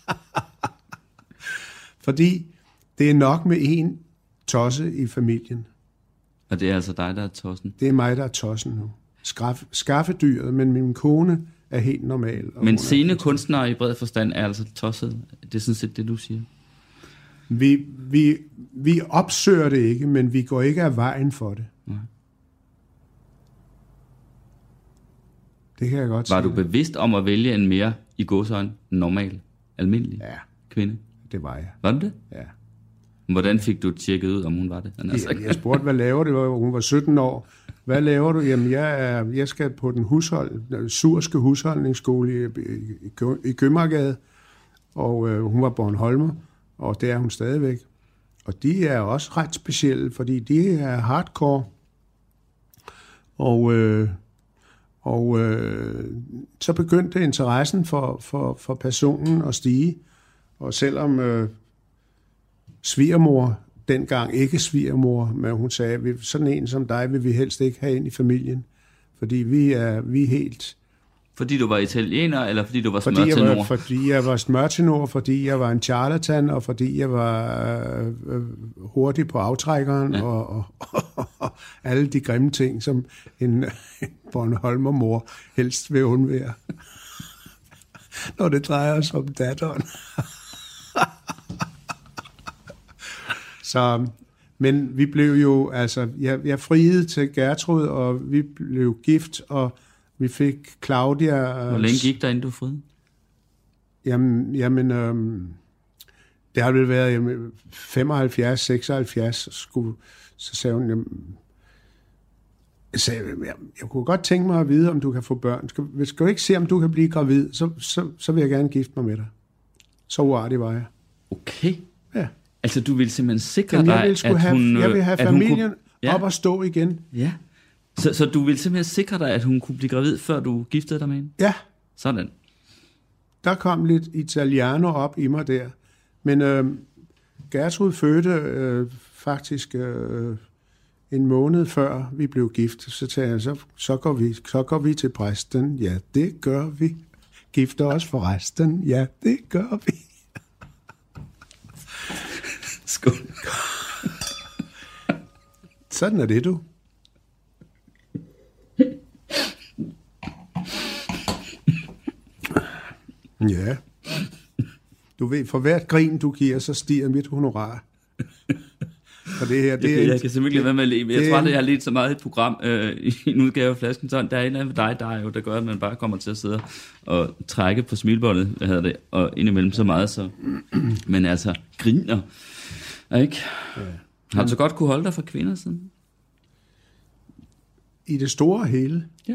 Fordi det er nok med en tosse i familien. Og det er altså dig, der er tossen? Det er mig, der er tossen nu. Skaff, skaffedyret, men min kone er helt normal. Men scenekunstnere i bred forstand er altså tosset? Det er sådan set det, du siger? Vi, vi, vi opsøger det ikke, men vi går ikke af vejen for det. Nej. Det kan jeg godt sige. Var du bevidst om at vælge en mere, i gåseøjne, normal, almindelig ja. kvinde? Det var jeg. Var det det? Ja. Hvordan fik du tjekket ud, om hun var det? Jeg, jeg spurgte, hvad laver du? Hun var sytten år. Hvad laver du? Jamen, jeg, er, jeg skal på den hushold, surske husholdningsskole i, i, i Købmagergade, og øh, hun var Bornholmer, og det er hun stadigvæk. Og de er også ret specielle, fordi de er hardcore. Og, øh, og øh, så begyndte interessen for, for, for personen at stige. Og selvom øh, svigermor, dengang ikke svigermor, men hun sagde, sådan en som dig vil vi helst ikke have ind i familien, fordi vi er, vi er helt... Fordi du var italiener, eller fordi du var fordi smørtenor? Jeg var, fordi jeg var smørtenor, fordi jeg var en charlatan, og fordi jeg var øh, øh, hurtig på aftrækkeren, ja. og, og, og, og alle de grimme ting, som en, en Bornholmer-mor helst vil undvære. Når det drejer sig om datteren. Så, men vi blev jo, altså, jeg, jeg friede til Gertrud, og vi blev gift, og vi fik Claudia... Hvor længe gik der, inden du friede? Jamen, jamen øhm, det har vel været jamen, femoghalvfjerds, seksoghalvfjerds, skulle, så sagde hun, jamen, jeg, sagde, jeg, jeg kunne godt tænke mig at vide, om du kan få børn. Skal, skal du ikke se, om du kan blive gravid, så, så, så vil jeg gerne gifte mig med dig. Så uartig var jeg. Okay. Ja. Altså, du ville simpelthen sikre Jamen, jeg dig, at have, hun... Jeg vil have familien kunne, ja. op og stå igen. Ja. Så, så du ville simpelthen sikre dig, at hun kunne blive gravid, før du giftede dig med hende? Ja. Sådan. Der kom lidt italiano op i mig der. Men øh, Gertrud fødte øh, faktisk øh, en måned før vi blev gift. Så sagde jeg, så, så, går vi, så går vi til præsten. Ja, det gør vi. Gifter os for resten. Ja, det gør vi. Skål. Sådan er det, du. Ja. Du ved, for hvert grin, du giver, så stiger mit honorar. For det her, det jeg, er jeg kan simpelthen ikke lade være med at leve. Jeg det, tror aldrig, jeg har lidt så meget i et program, øh, i en udgave af Flasken. Så der er en eller anden dig, der er jo, der gør, at man bare kommer til at sidde og trække på smilbåndet, hvad hedder det, og indimellem så meget, så... Men altså, griner. Ikke? Ja. Har du så godt kunne holde dig for kvinder siden? I det store hele? Ja.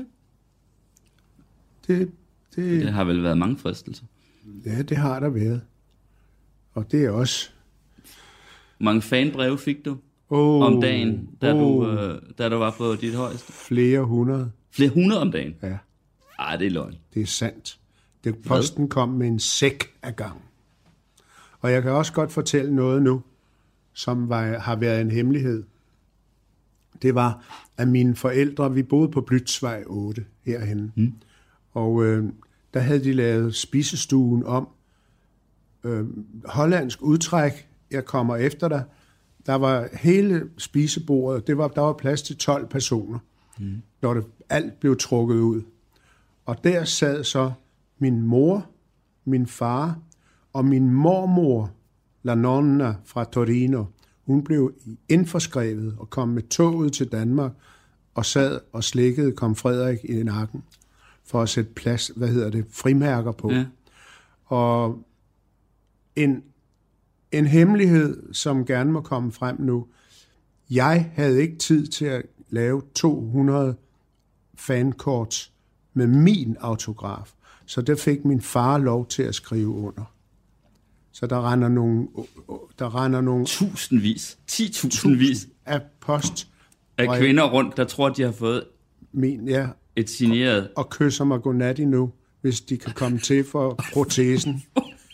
Det, det, det har vel været mange fristelser? Ja, det har der været. Og det er også... Hvor mange fanbreve fik du oh, om dagen, da, oh, du, øh, da du var på dit højeste? Flere hundrede. Flere hundrede om dagen? Ja. Ej, det er løgn. Det er sandt. Det, posten kom med en sæk af gang. Og jeg kan også godt fortælle noget nu. som var, har været en hemmelighed, det var, at mine forældre, vi boede på Blytsvej otte herhenne, mm. og øh, der havde de lavet spisestuen om. Øh, hollandsk udtræk, jeg kommer efter dig. Der var hele spisebordet, det var, der var plads til tolv personer, mm. når det alt blev trukket ud. Og der sad så min mor, min far og min mormor, La Nonna fra Torino. Hun blev indforskrevet og kom med toget til Danmark og sad og slikkede Kong Frederik i nakken for at sætte plads, hvad hedder det, frimærker på. Ja. Og en, en hemmelighed, som gerne må komme frem nu. Jeg havde ikke tid til at lave to hundrede fankorts med min autograf, så der fik min far lov til at skrive under. Så der render nogle... Der render nogle tusindvis, ti tusindvis af post af kvinder rundt, der tror, de har fået min, ja, et signeret... Og, og kysser mig godnat endnu, hvis de kan komme til for protesen.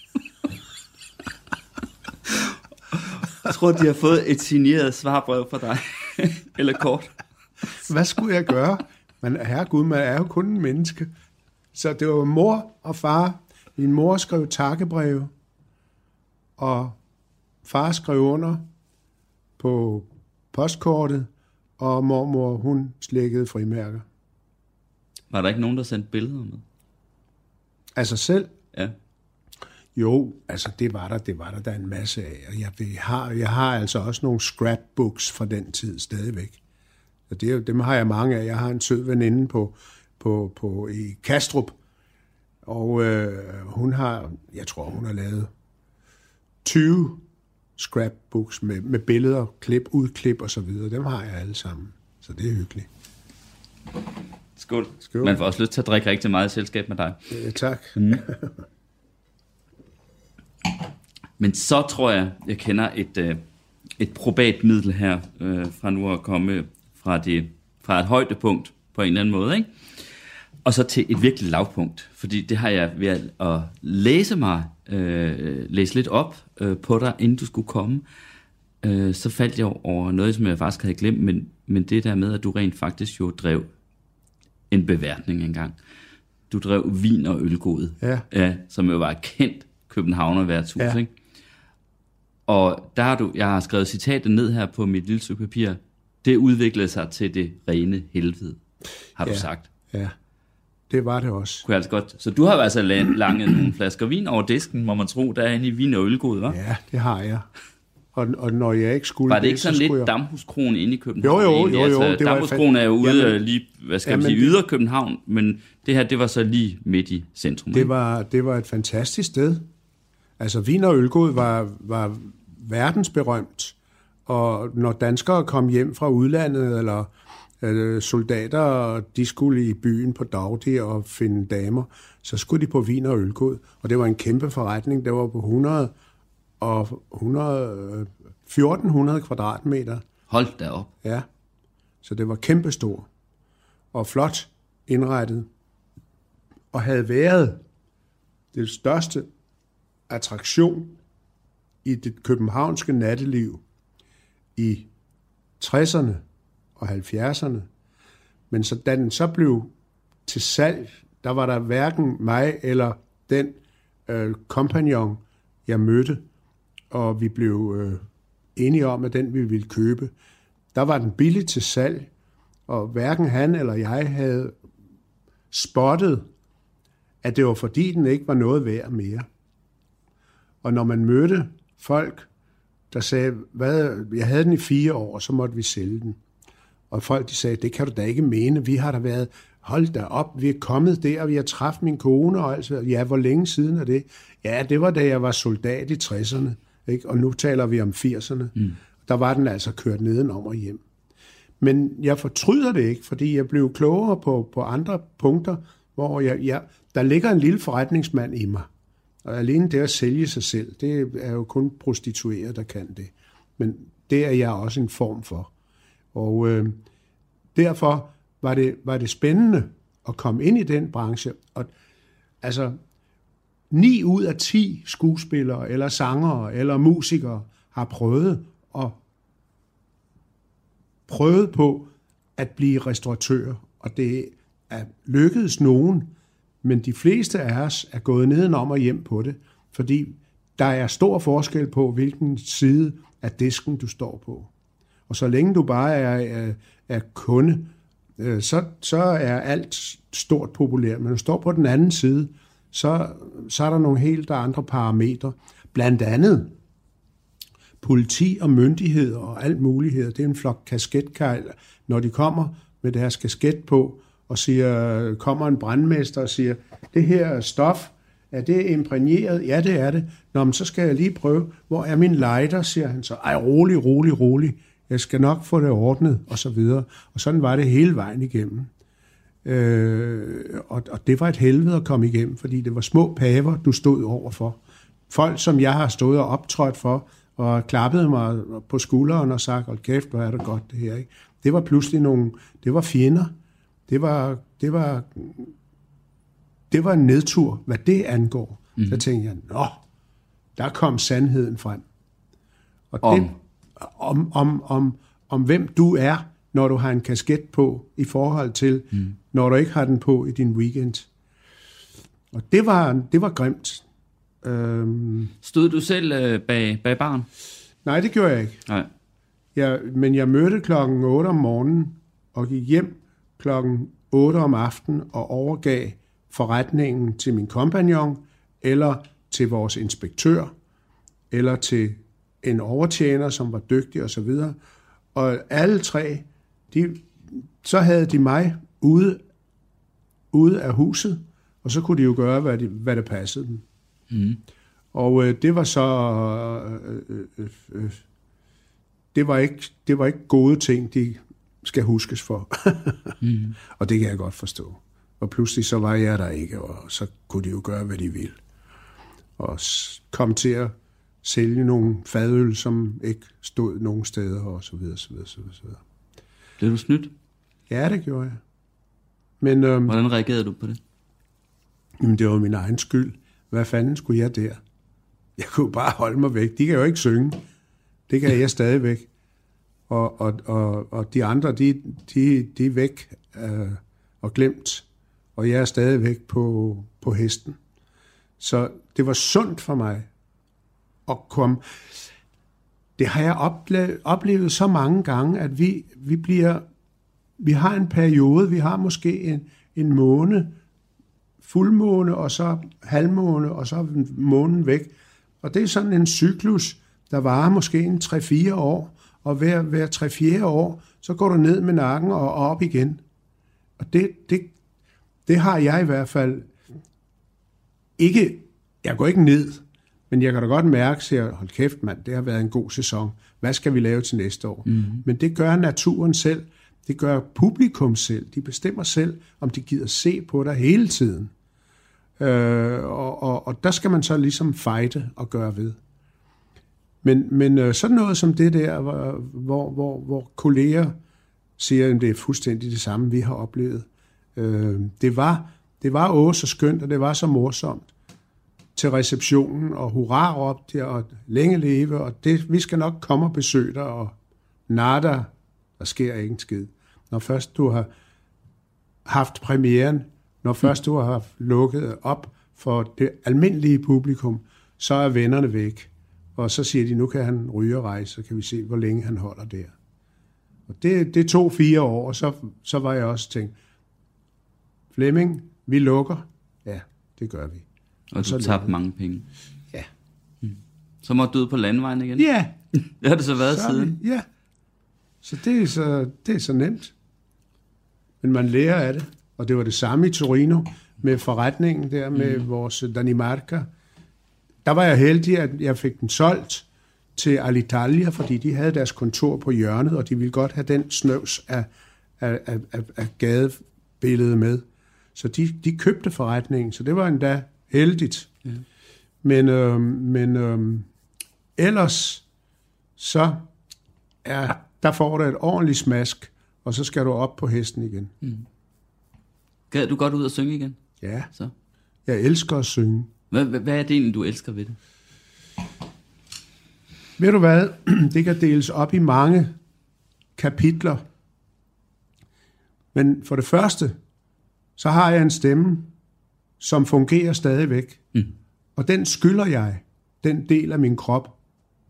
Jeg tror, de har fået et signeret svarbrev fra dig. Eller kort. Hvad skulle jeg gøre? Men herregud, man er jo kun en menneske. Så det var mor og far. Min mor skrev takkebreve, og far skrev under på postkortet, og mormor, hun slækkede frimærker. Var der ikke nogen, der sendte billeder med? Altså selv? Ja. Jo, altså det var der, det var der, der er en masse af. Og jeg, jeg, har, jeg har altså også nogle scrapbooks fra den tid stadigvæk. Og det, dem har jeg mange af. Jeg har en sød veninde på, på, på, i Kastrup, og øh, hun har, jeg tror, hun har lavet tyve scrapbooks med, med billeder, klip, udklip og så videre. Dem har jeg alle sammen, så det er hyggeligt. Skål. Skål. Man får også lyst til at drikke rigtig meget i selskab med dig. Ja, tak. Mm. Men så tror jeg, jeg kender et, et probat middel her, øh, fra nu at komme fra, det, fra et højdepunkt på en eller anden måde, ikke? Og så til et virkelig lavpunkt, fordi det har jeg ved at læse mig, øh, læse lidt op øh, på dig, inden du skulle komme. Øh, så faldt jeg over noget, som jeg faktisk havde glemt, men, men det der med, at du rent faktisk jo drev en beværtning engang. Du drev vin- og ølgode, ja. Ja, som jo var et kendt københavnerværtshus, ja. Ikke? Og der har du, jeg har skrevet citatet ned her på mit lille stykke papir. Det udviklede sig til det rene helvede, har du ja. sagt. Ja, det var det også. Kunne jeg altså godt. Så du har altså langet nogle flasker vin over disken, må man tro, der er inde i vin- og ølgode, hva'? Ja, det har jeg. Og, og når jeg ikke skulle... Var det ikke sådan så lidt jeg... Damhuskroen inde i København? Jo, jo, jo. jo altså, Damhuskroen er jo ude jamen, lige, hvad skal man sige, det... yder København, men det her, det var så lige midt i centrum. Det var, det var et fantastisk sted. Altså, vin- og ølgode var, var verdensberømt, og når danskere kom hjem fra udlandet, eller øh, soldater, de skulle i byen på dagtid og finde damer, så skulle de på vin- og ølgode. Og det var en kæmpe forretning. Det var på hundrede og hundrede, fjorten hundrede kvadratmeter. Hold da op. Ja, så det var kæmpestor og flot indrettet, og havde været det største attraktion i det københavnske natteliv i tresserne og halvfjerdserne. Men så, da den så blev til salg, der var der hverken mig eller den øh, kompagnon, jeg mødte, og vi blev øh, enige om, at den vi ville købe. Der var den billig til salg, og hverken han eller jeg havde spottet, at det var fordi, den ikke var noget værd mere. Og når man mødte folk, der sagde, hvad, jeg havde den i fire år, så måtte vi sælge den. Og folk, de sagde, det kan du da ikke mene, vi har da været, hold da op, vi er kommet der, og vi har træffet min kone og alt så. Ja, hvor længe siden er det? Ja, det var da jeg var soldat i tresserne, ikke? Og nu taler vi om firserne. Mm. Der var den altså kørt nedenom og hjem. Men jeg fortryder det ikke, fordi jeg blev klogere på, på andre punkter, hvor jeg, jeg, der ligger en lille forretningsmand i mig. Og alene det at sælge sig selv, det er jo kun prostitueret, der kan det. Men det er jeg også en form for. Og øh, derfor var det, var det spændende at komme ind i den branche. Og altså, ni ud af ti skuespillere, eller sangere, eller musikere har prøvet og prøvet på at blive restauratør, og det er lykkedes nogen, men de fleste af os er gået nedenom og hjem på det, fordi der er stor forskel på, hvilken side af disken du står på. Og så længe du bare er, er, er kunde, øh, så, så er alt stort populært. Men når du står på den anden side, så, så er der nogle helt andre parametre. Blandt andet politi og myndigheder og alt muligheder. Det er en flok kasketkejl, når de kommer med deres kasket på, og siger, kommer en brandmester og siger, det her stof, er det imprægneret? Ja, det er det. Nå, men så skal jeg lige prøve. Hvor er min lighter, siger han så. Ej, rolig, rolig, rolig. Jeg skal nok få det ordnet, og så videre. Og sådan var det hele vejen igennem. Øh, og, og det var et helvede at komme igennem, fordi det var små paver, du stod overfor. Folk, som jeg har stået og optrådt for, og klappede mig på skulderen og sagt, hold kæft, hvor er det godt det her, ikke? Det var pludselig nogle, det var fjender. Det var, det var, det var en nedtur, hvad det angår. Mm. Så tænkte jeg, nå, der kom sandheden frem. Og om. Det, om, om, om, om hvem du er, når du har en kasket på, i forhold til, mm. når du ikke har den på i din weekend. Og det var, det var grimt. Øhm, Stod du selv øh, bag, bag baren? Nej, det gjorde jeg ikke. Nej. Jeg, men jeg mødte klokken otte om morgenen, og gik hjem klokken otte om aftenen, og overgav forretningen til min kompagnon, eller til vores inspektør, eller til en overtjener, som var dygtig og så videre. Og alle tre, de, så havde de mig ude, ude af huset, og så kunne de jo gøre, hvad, de, hvad der passede dem. Mm. Og øh, det var så øh, øh, øh, det var ikke det var ikke gode ting, de skal huskes for. mm. Og det kan jeg godt forstå. Og pludselig så var jeg der ikke, og så kunne de jo gøre, hvad de ville. Og kom til at sælge nogle fadøl, som ikke stod nogen steder, og så videre, så videre, så videre. Så videre. Blev du snydt? Ja, det gjorde jeg. Men, øhm, hvordan reagerede du på det? Jamen, det var min egen skyld. Hvad fanden skulle jeg der? Jeg kunne bare holde mig væk. De kan jo ikke synge. Det kan jeg stadigvæk. Og, og, og, og de andre, de, de, de er væk øh, og glemt. Og jeg er stadigvæk på, på hesten. Så det var sundt for mig at komme. Det har jeg oplevet, oplevet så mange gange, at vi, vi bliver, vi har en periode, vi har måske en, en måned, fuldmåne, og så halvmåne, og så er månen væk. Og det er sådan en cyklus, der varer måske en tre fire år, og hver, hver tre fire år, så går du ned med nakken og op igen. Og det, det, det har jeg i hvert fald ikke, jeg går ikke ned, men jeg kan da godt mærke, siger, hold kæft mand, det har været en god sæson. Hvad skal vi lave til næste år? Mm-hmm. Men det gør naturen selv. Det gør publikum selv. De bestemmer selv, om de gider se på dig hele tiden. Øh, og, og, og der skal man så ligesom fighte og gøre ved. Men, men sådan noget som det der, hvor, hvor, hvor, hvor kolleger siger, at det er fuldstændig det samme, vi har oplevet. Øh, det var, det var også så skønt, og det var så morsomt til receptionen, og hurra råb der, og længe leve, og det, vi skal nok komme og besøge dig, og nada, der sker ikke en skid. Når først du har haft premieren, når først du har lukket op for det almindelige publikum, så er vennerne væk. Og så siger de, nu kan han ryge og rejse, så kan vi se, hvor længe han holder der. Og det, det tog fire år, og så, så var jeg også tænkt, Flemming, vi lukker. Ja, det gør vi. Og, og du tabte mange penge. Ja. Hmm. Så måtte du ud på landvejen igen? Ja. Det har det så været så siden? Ja. Så det er så, det er så nemt. Men man lærer af det. Og det var det samme i Torino med forretningen der med mm. vores Danimarca. Der var jeg heldig, at jeg fik den solgt til Alitalia, fordi de havde deres kontor på hjørnet, og de ville godt have den snøvs af, af, af, af, af gadebilledet med. Så de, de købte forretningen, så det var endda heldigt. Ja. Men, øh, men øh, ellers så er, der får du et ordentligt smask, og så skal du op på hesten igen. Mm. Gad du godt ud og synge igen? Ja, så. Jeg elsker at synge. Hvad, hvad er det egentlig, du elsker ved det? Ved du hvad? Det kan deles op i mange kapitler. Men for det første, så har jeg en stemme, som fungerer stadigvæk. Mm. Og den skylder jeg, den del af min krop,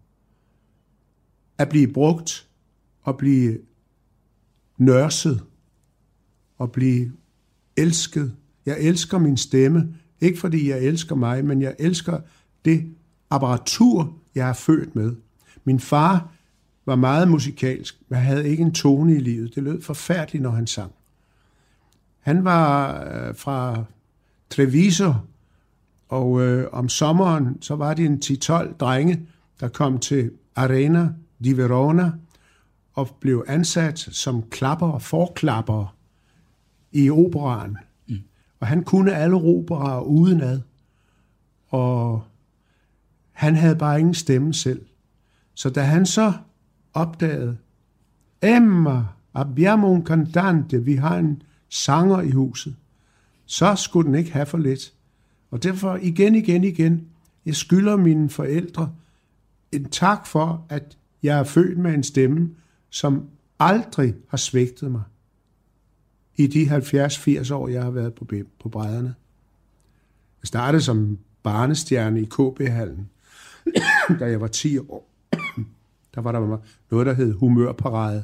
at blive brugt og blive nørset og blive elsket. Jeg elsker min stemme, ikke fordi jeg elsker mig, men jeg elsker det apparatur, jeg er født med. Min far var meget musikalsk, men havde ikke en tone i livet. Det lød forfærdeligt, når han sang. Han var øh, fra Treviso, og øh, om sommeren, så var det en ti tolv drenge, der kom til Arena di Verona og blev ansat som klapper og forklapper i operaen. Mm. Og han kunne alle operaer udenad. Og han havde bare ingen stemme selv. Så da han så opdagede, Emma, abbiamo un cantante, vi har en sanger i huset, så skulle den ikke have for lidt. Og derfor igen, igen, igen, jeg skylder mine forældre en tak for, at jeg er født med en stemme, som aldrig har svigtet mig i de halvfjerds firs år, jeg har været på, på brædderne. Jeg startede som barnestjerne i K B-hallen, da jeg var ti år. Der var der noget, der hed humørparade.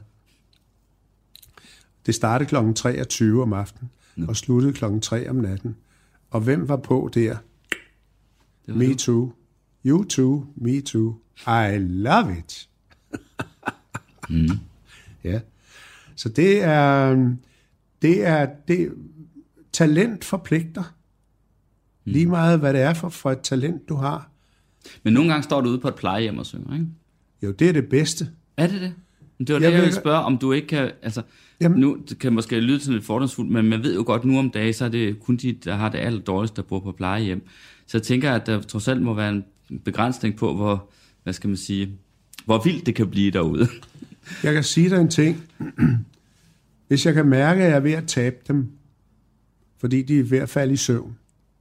Det startede klokken treogtyve om aftenen, ja. Og sluttede klokken tre om natten. Og hvem var på der? Me du. Too. You too. Me too. I love it. mm. Ja. Så det er, det er, det talent forpligter. Mm. Lige meget, hvad det er for, for et talent, du har. Men nogle gange står du ude på et plejehjem og synger, ikke? Jo, det er det bedste. Er det det? Det var det, jeg, jeg ville spørge, om du ikke kan... Altså, jamen, nu det kan måske lyde sådan lidt fordomsfuldt, men man ved jo godt, nu om dagen, så er det kun de, der har det aller dårligste, der bor på plejehjem. Så jeg tænker, at der trods alt må være en begrænsning på, hvor, hvad skal man sige, hvor vildt det kan blive derude. Jeg kan sige dig en ting. Hvis jeg kan mærke, at jeg er ved at tabe dem, fordi de er ved at falde i søvn,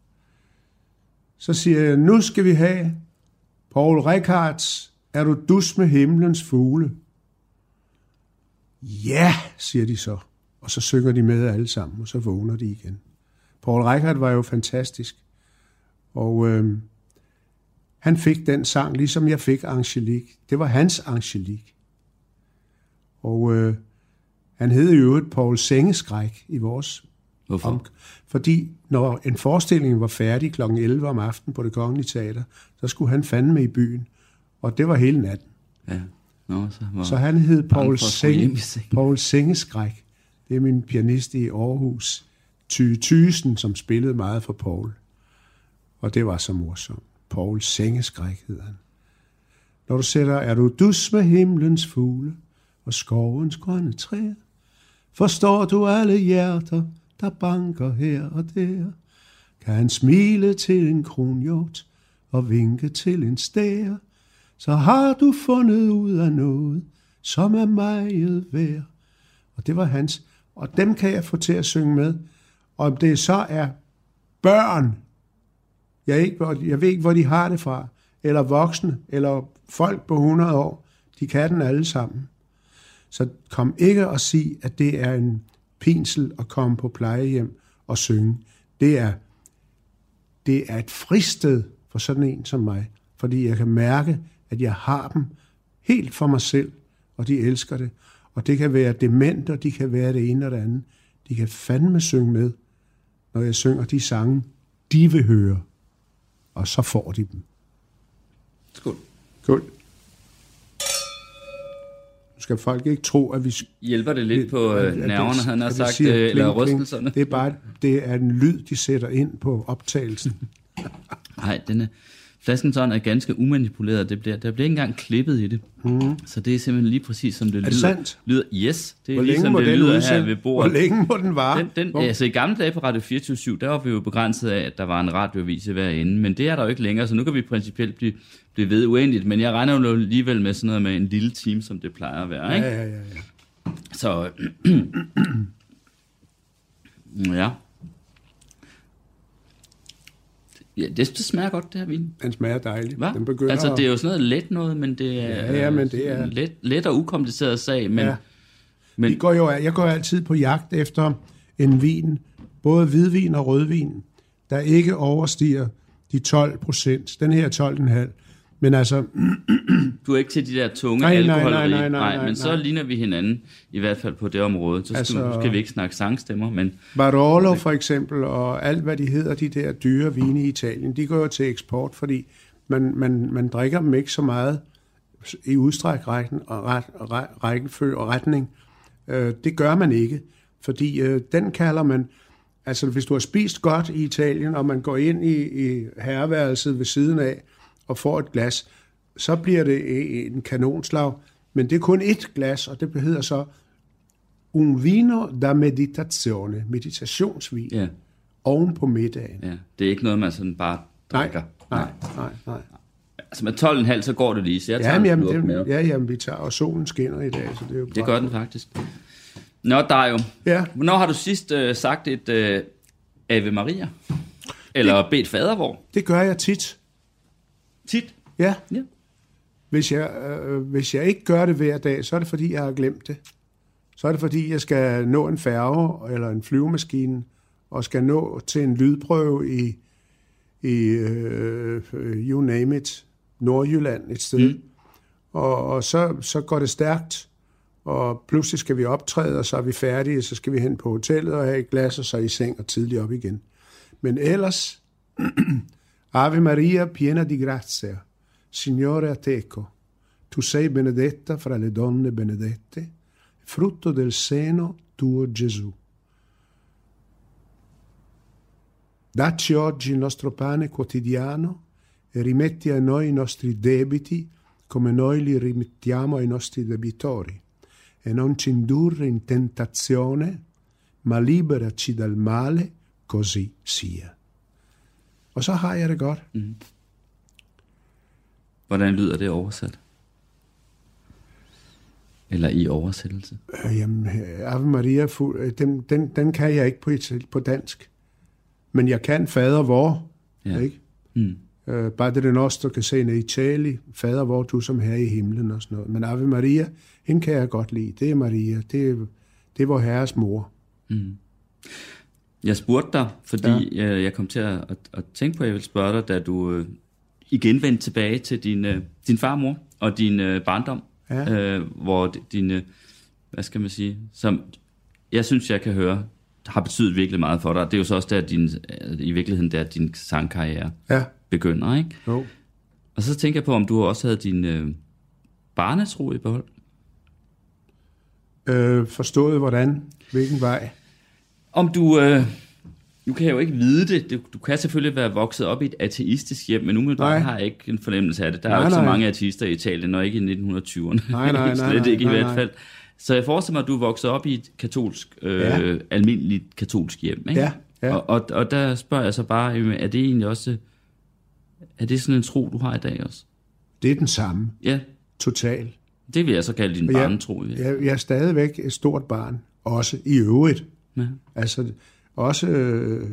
så siger jeg, nu skal vi have Poul Reichhardts Er du dus med himlens fugle? Ja, siger de så. Og så synger de med alle sammen, og så vågner de igen. Poul Reichhardt var jo fantastisk. Og øh, han fik den sang, ligesom jeg fik Angelique. Det var hans Angelique. Og øh, han hed jo et Poul Sengeskræk i vores... Hvorfor? Om, fordi når en forestilling var færdig klokken elleve om aftenen på Det Kongelige Teater, så skulle han fandme i byen. Og det var hele natten. Ja. Nå, så, så han hed Poul, Seng, Poul Sengeskræk. Det er min pianist i Aarhus, Ty Thyssen, som spillede meget for Poul. Og det var så morsomt. Poul Sengeskræk hed han. Når du sætter, er du dus med himlens fugle og skovens grønne træer, forstår du alle hjerter, der banker her og der. Kan han smile til en kronhjort og vinke til en stær, så har du fundet ud af noget, som er meget værd. Og det var hans. Og dem kan jeg få til at synge med. Og om det så er børn, jeg, ikke, jeg ved ikke, hvor de har det fra, eller voksne, eller folk på hundrede år, de kan den alle sammen. Så kom ikke og sig, at det er en pinsel at komme på plejehjem og synge. Det er, det er et fristed for sådan en som mig, fordi jeg kan mærke, at jeg har dem helt for mig selv, og de elsker det. Og det kan være dement, og de kan være det ene og det andet. De kan fandme synge med, når jeg synger de sange, de vil høre. Og så får de dem. Skål. Skål. Nu skal folk ikke tro, at vi... Hjælper det lidt på at, nerverne, han har sagt, siger, eller kling, rystelserne? Det er bare det er en lyd, de sætter ind på optagelsen. Nej, denne flasken sådan er ganske umanipuleret. Det bliver, der bliver ikke engang klippet i det. Mm. Så det er simpelthen lige præcis, som det, er lyder. det sandt? lyder. Yes, det er ligesom det lyder udsæt? Her ved bordet. Hvor længe må den vare? Den, den, Hvor... Altså i gamle dage på Radio fireogtyve syv, der var vi jo begrænset af, at der var en radioavis i hver ende. Men det er der jo ikke længere, så nu kan vi principielt blive, blive ved uendeligt. Men jeg regner jo alligevel med sådan noget med en lille time, som det plejer at være. Ikke? Ja, ja, ja. ja. Så... ja... Ja, det, det smager godt, det her vin. Den smager dejligt. Hva? Den begynder altså, det er jo sådan noget let noget, men det er, ja, ja, men det er... en let, let og ukompliceret sag. Men, ja. men... Vi går jo, jeg går altid på jagt efter en vin, både hvidvin og rødvin, der ikke overstiger de tolv procent. Den her er tolv komma fem. Men altså... Du er ikke til de der tunge nej, alkoholrige. Nej, nej, nej, nej, nej, men så ligner vi hinanden, i hvert fald på det område. Så altså, skal, skal vi ikke snakke sangstemmer, men... Barolo for eksempel, og alt hvad de hedder, de der dyre vine i Italien, de går jo til eksport, fordi man, man, man drikker dem ikke så meget i udstræk rækken og ret, rækkefølge og retning. Øh, det gør man ikke, fordi øh, den kalder man... Altså, hvis du har spist godt i Italien, og man går ind i, i herreværelset ved siden af, og får et glas, så bliver det en kanonslag. Men det er kun ét glas, og det hedder så un vino da meditazione, meditationsvin, ja. Oven på middagen. Ja, det er ikke noget, man sådan bare drikker. Nej, nej, nej. nej. Altså med tolv komma fem, så går det lige, så jeg tager jamen, en jamen, det, med. Ja, jamen, vi tager, og solen skinner i dag, så det er jo det gør den faktisk. Nå, Dario. Ja. Hvornår har du sidst øh, sagt et øh, Ave Maria? Eller det, bedt fadervor? Det gør jeg tit. Tit? Ja. ja. Hvis, jeg, øh, hvis jeg ikke gør det hver dag, så er det fordi, jeg har glemt det. Så er det fordi, jeg skal nå en færge eller en flyvemaskine, og skal nå til en lydprøve i, i øh, you name it, Nordjylland et sted. Mm. Og, og så, så går det stærkt, og pludselig skal vi optræde, og så er vi færdige, så skal vi hen på hotellet og have et glas, og så i seng og tidligt op igen. Men ellers, Ave Maria, piena di grazia, Signore a teco, tu sei benedetta fra le donne benedette, frutto del seno tuo Gesù. Dacci oggi il nostro pane quotidiano e rimetti a noi i nostri debiti come noi li rimettiamo ai nostri debitori, e non ci indurre in tentazione, ma liberaci dal male, così sia. Og så har jeg det godt. Mm. Hvordan lyder det oversat? Eller i oversættelse? Øh, jamen, Ave Maria, den, den, den kan jeg ikke på, på dansk. Men jeg kan fader vor, ja. Ikke? Mm. Uh, Padre nostro che sei nei cieli, fader vor, du som herre i himlen og sådan noget. Men Ave Maria, hende kan jeg godt lide. Det er Maria, det er, det er vor herres mor. Mm. Jeg spurgte dig, fordi ja. jeg, jeg kom til at, at, at tænke på, at jeg ville spørge dig, da du øh, igen vendte tilbage til din, øh, din farmor og din øh, barndom, ja. øh, hvor din, øh, hvad skal man sige, som jeg synes, jeg kan høre, har betydet virkelig meget for dig. Det er jo så også der, din, i virkeligheden, der din sangkarriere ja. begynder, ikke? Jo. Og så tænker jeg på, om du også havde din øh, barnetro i behold. Øh, forstået hvordan? Hvilken vej? Om du, øh, nu kan jeg jo ikke vide det, du, du kan selvfølgelig være vokset op i et ateistisk hjem, men umiddelbart har jeg ikke en fornemmelse af det. Der er nej, jo ikke nej. så mange ateister i Italien, og ikke i nitten tyverne. Nej, nej, nej. Slet ikke nej, i nej, hvert fald. Så jeg forestiller mig, at du er vokset op i et katolsk, øh, ja. almindeligt katolsk hjem, ikke? Ja, ja. Og, og, og der spørger jeg så bare, er det egentlig også, er det sådan en tro, du har i dag også? Det er den samme. Ja. Total. Det vil jeg så kalde din jeg, barnetro. Jeg, jeg er stadigvæk et stort barn, også i øvrigt. Ja. Altså, også øh,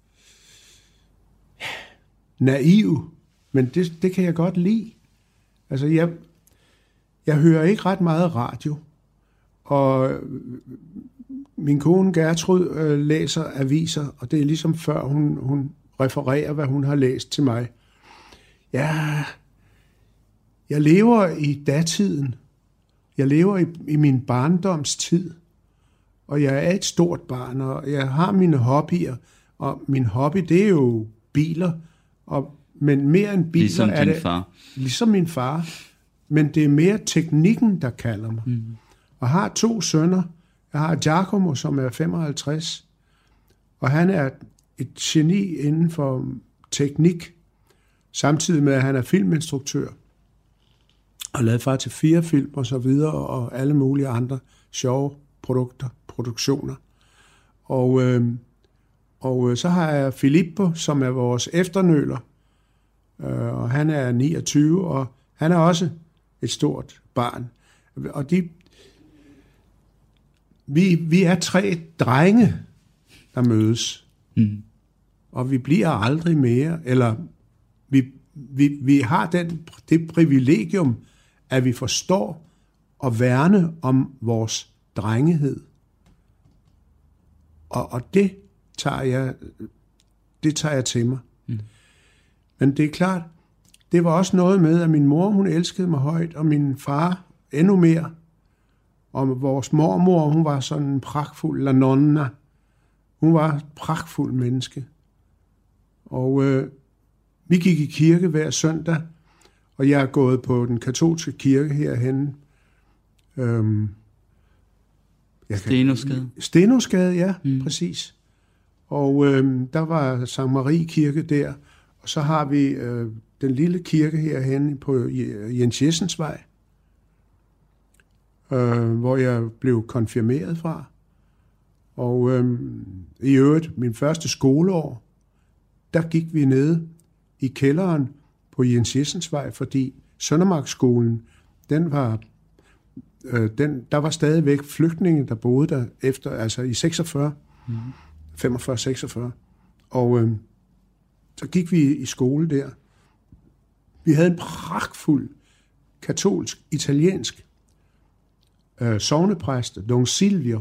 naiv, men det, det kan jeg godt lide. Altså, jeg, jeg hører ikke ret meget radio, og min kone Gertrud øh, læser aviser, og det er ligesom før hun, hun refererer, hvad hun har læst til mig. Ja, jeg lever i datiden. Jeg lever i, i min barndomstid. Og jeg er et stort barn, og jeg har mine hobbyer. Og min hobby, det er jo biler. Og, men mere end biler ligesom er din det... far. Ligesom min far. Men det er mere teknikken, der kalder mig. Mm. Og jeg har to sønner. Jeg har Giacomo, som er femoghalvtreds. Og han er et geni inden for teknik. Samtidig med, at han er filminstruktør. Og lavet far til fire film og så videre, og alle mulige andre sjove produkter, produktioner. Og, øh, og så har jeg Filippo, som er vores efternøler, øh, og han er niogtyve, og han er også et stort barn. Og de, vi, vi er tre drenge, der mødes. Mm. og vi bliver aldrig mere, eller vi, vi, vi har den, det privilegium, at vi forstår at værne om vores drengehed. Og, og det tager jeg, det tager jeg til mig. Mm. Men det er klart, det var også noget med, at min mor, hun elskede mig højt, og min far endnu mere. Og vores mormor, hun var sådan en pragtfuld la nonna. Hun var et pragtfuld menneske. Og øh, vi gik i kirke hver søndag, og jeg er gået på den katolske kirke herhenne. Øhm, Stenosgade. Stenosgade, ja, mm. præcis. Og øh, der var Sankt Marie Kirke der, og så har vi øh, den lille kirke herhenne på Jens Jessens Vej, øh, hvor jeg blev konfirmeret fra. Og øh, i øvrigt, min første skoleår, der gik vi ned i kælderen på Jens Jessens Vej, fordi Søndermarksskolen, den var, øh, den, der var stadigvæk flygtninge, der boede der efter, altså i seksogfyrre, mm. femogfyrre seksogfyrre. Og øh, så gik vi i skole der. Vi havde en pragtfuld katolsk, italiensk øh, sognepræst, Don Silvio,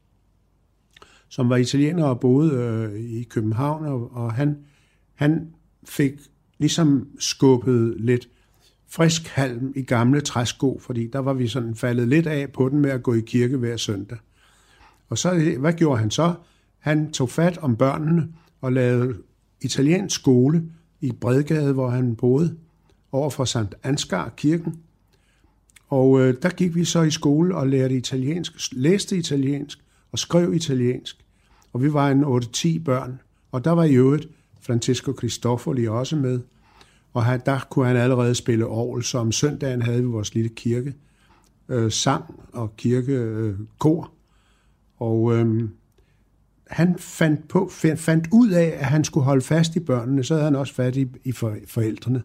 som var italiener og boede øh, i København, og, og han, han fik ligesom skubbet lidt frisk halm i gamle træsko, fordi der var vi sådan faldet lidt af på den med at gå i kirke hver søndag. Og så, hvad gjorde han så? Han tog fat om børnene og lavede italiensk skole i Bredgade, hvor han boede, over for Sankt Ansgar Kirken. Og øh, der gik vi så i skole og lærte italiensk, læste italiensk og skrev italiensk. Og vi var en otte ti børn. Og der var i øvrigt Francesco Cristofoli også med. Og han, der kunne han allerede spille orgel, så om søndagen havde vi vores lille kirke, øh, sang og kirkekor. Øh, og øh, han fandt, på, fandt ud af, at han skulle holde fast i børnene, så havde han også fat i, i forældrene.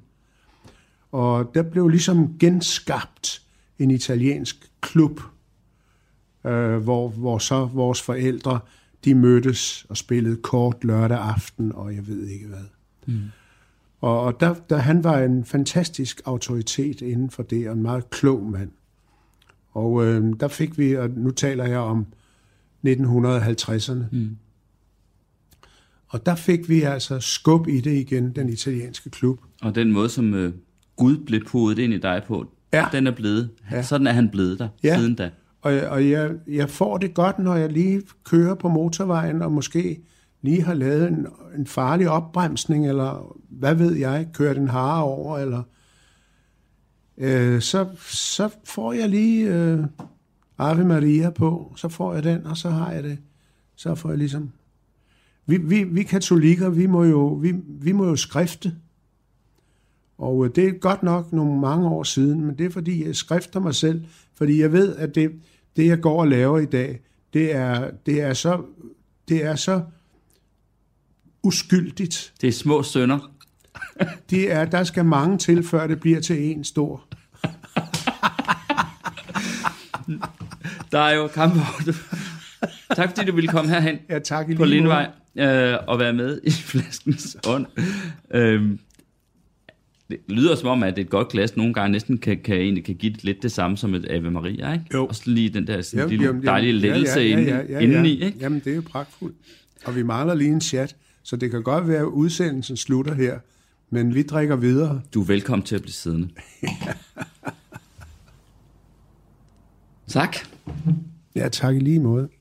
Og der blev ligesom genskabt en italiensk klub, øh, hvor, hvor så vores forældre, de mødtes og spillede kort lørdag aften, og jeg ved ikke hvad. Mm. Og, og der, der, han var en fantastisk autoritet inden for det, og en meget klog mand. Og øh, der fik vi, og nu taler jeg om nitten halvtredserne, mm. og der fik vi altså skub i det igen, den italienske klub. Og den måde, som øh, Gud blev podet ind i dig på, ja. den er blevet. Ja. Sådan er han blevet der ja. siden da. Og, og jeg, jeg får det godt, når jeg lige kører på motorvejen, og måske lige har lavet en, en farlig opbremsning, eller hvad ved jeg, kørt en hare over, eller øh, så, så får jeg lige øh, Ave Maria på, så får jeg den, og så har jeg det. Så får jeg ligesom... Vi, vi, vi katolikker, vi må, jo, vi, vi må jo skrifte. Og øh, det er godt nok nogle mange år siden, men det er fordi, jeg skrifter mig selv, fordi jeg ved, at det, det jeg går og laver i dag, det er, det er så... Det er så uskyldigt. Det er små synder. Det er, der skal mange til, før det bliver til en stor. Der er jo kampe. Tak fordi du ville komme herhen ja, tak, på Lindevej øh, og være med i Flaskens Ånd. Øh, det lyder som om, at et godt glas nogle gange næsten kan, kan, egentlig, kan give lidt det samme som et Ave Maria, ikke? Jo. Og så lige den der sådan, jo, lille jamen, dejlige lettelse ja, ja, ja, ja, ja, indeni, ikke? Jamen, det er jo pragtfuldt. Og vi mangler lige en chat, så det kan godt være, at udsendelsen slutter her, men vi drikker videre. Du er velkommen til at blive siddende. Tak. Ja, tak i lige måde.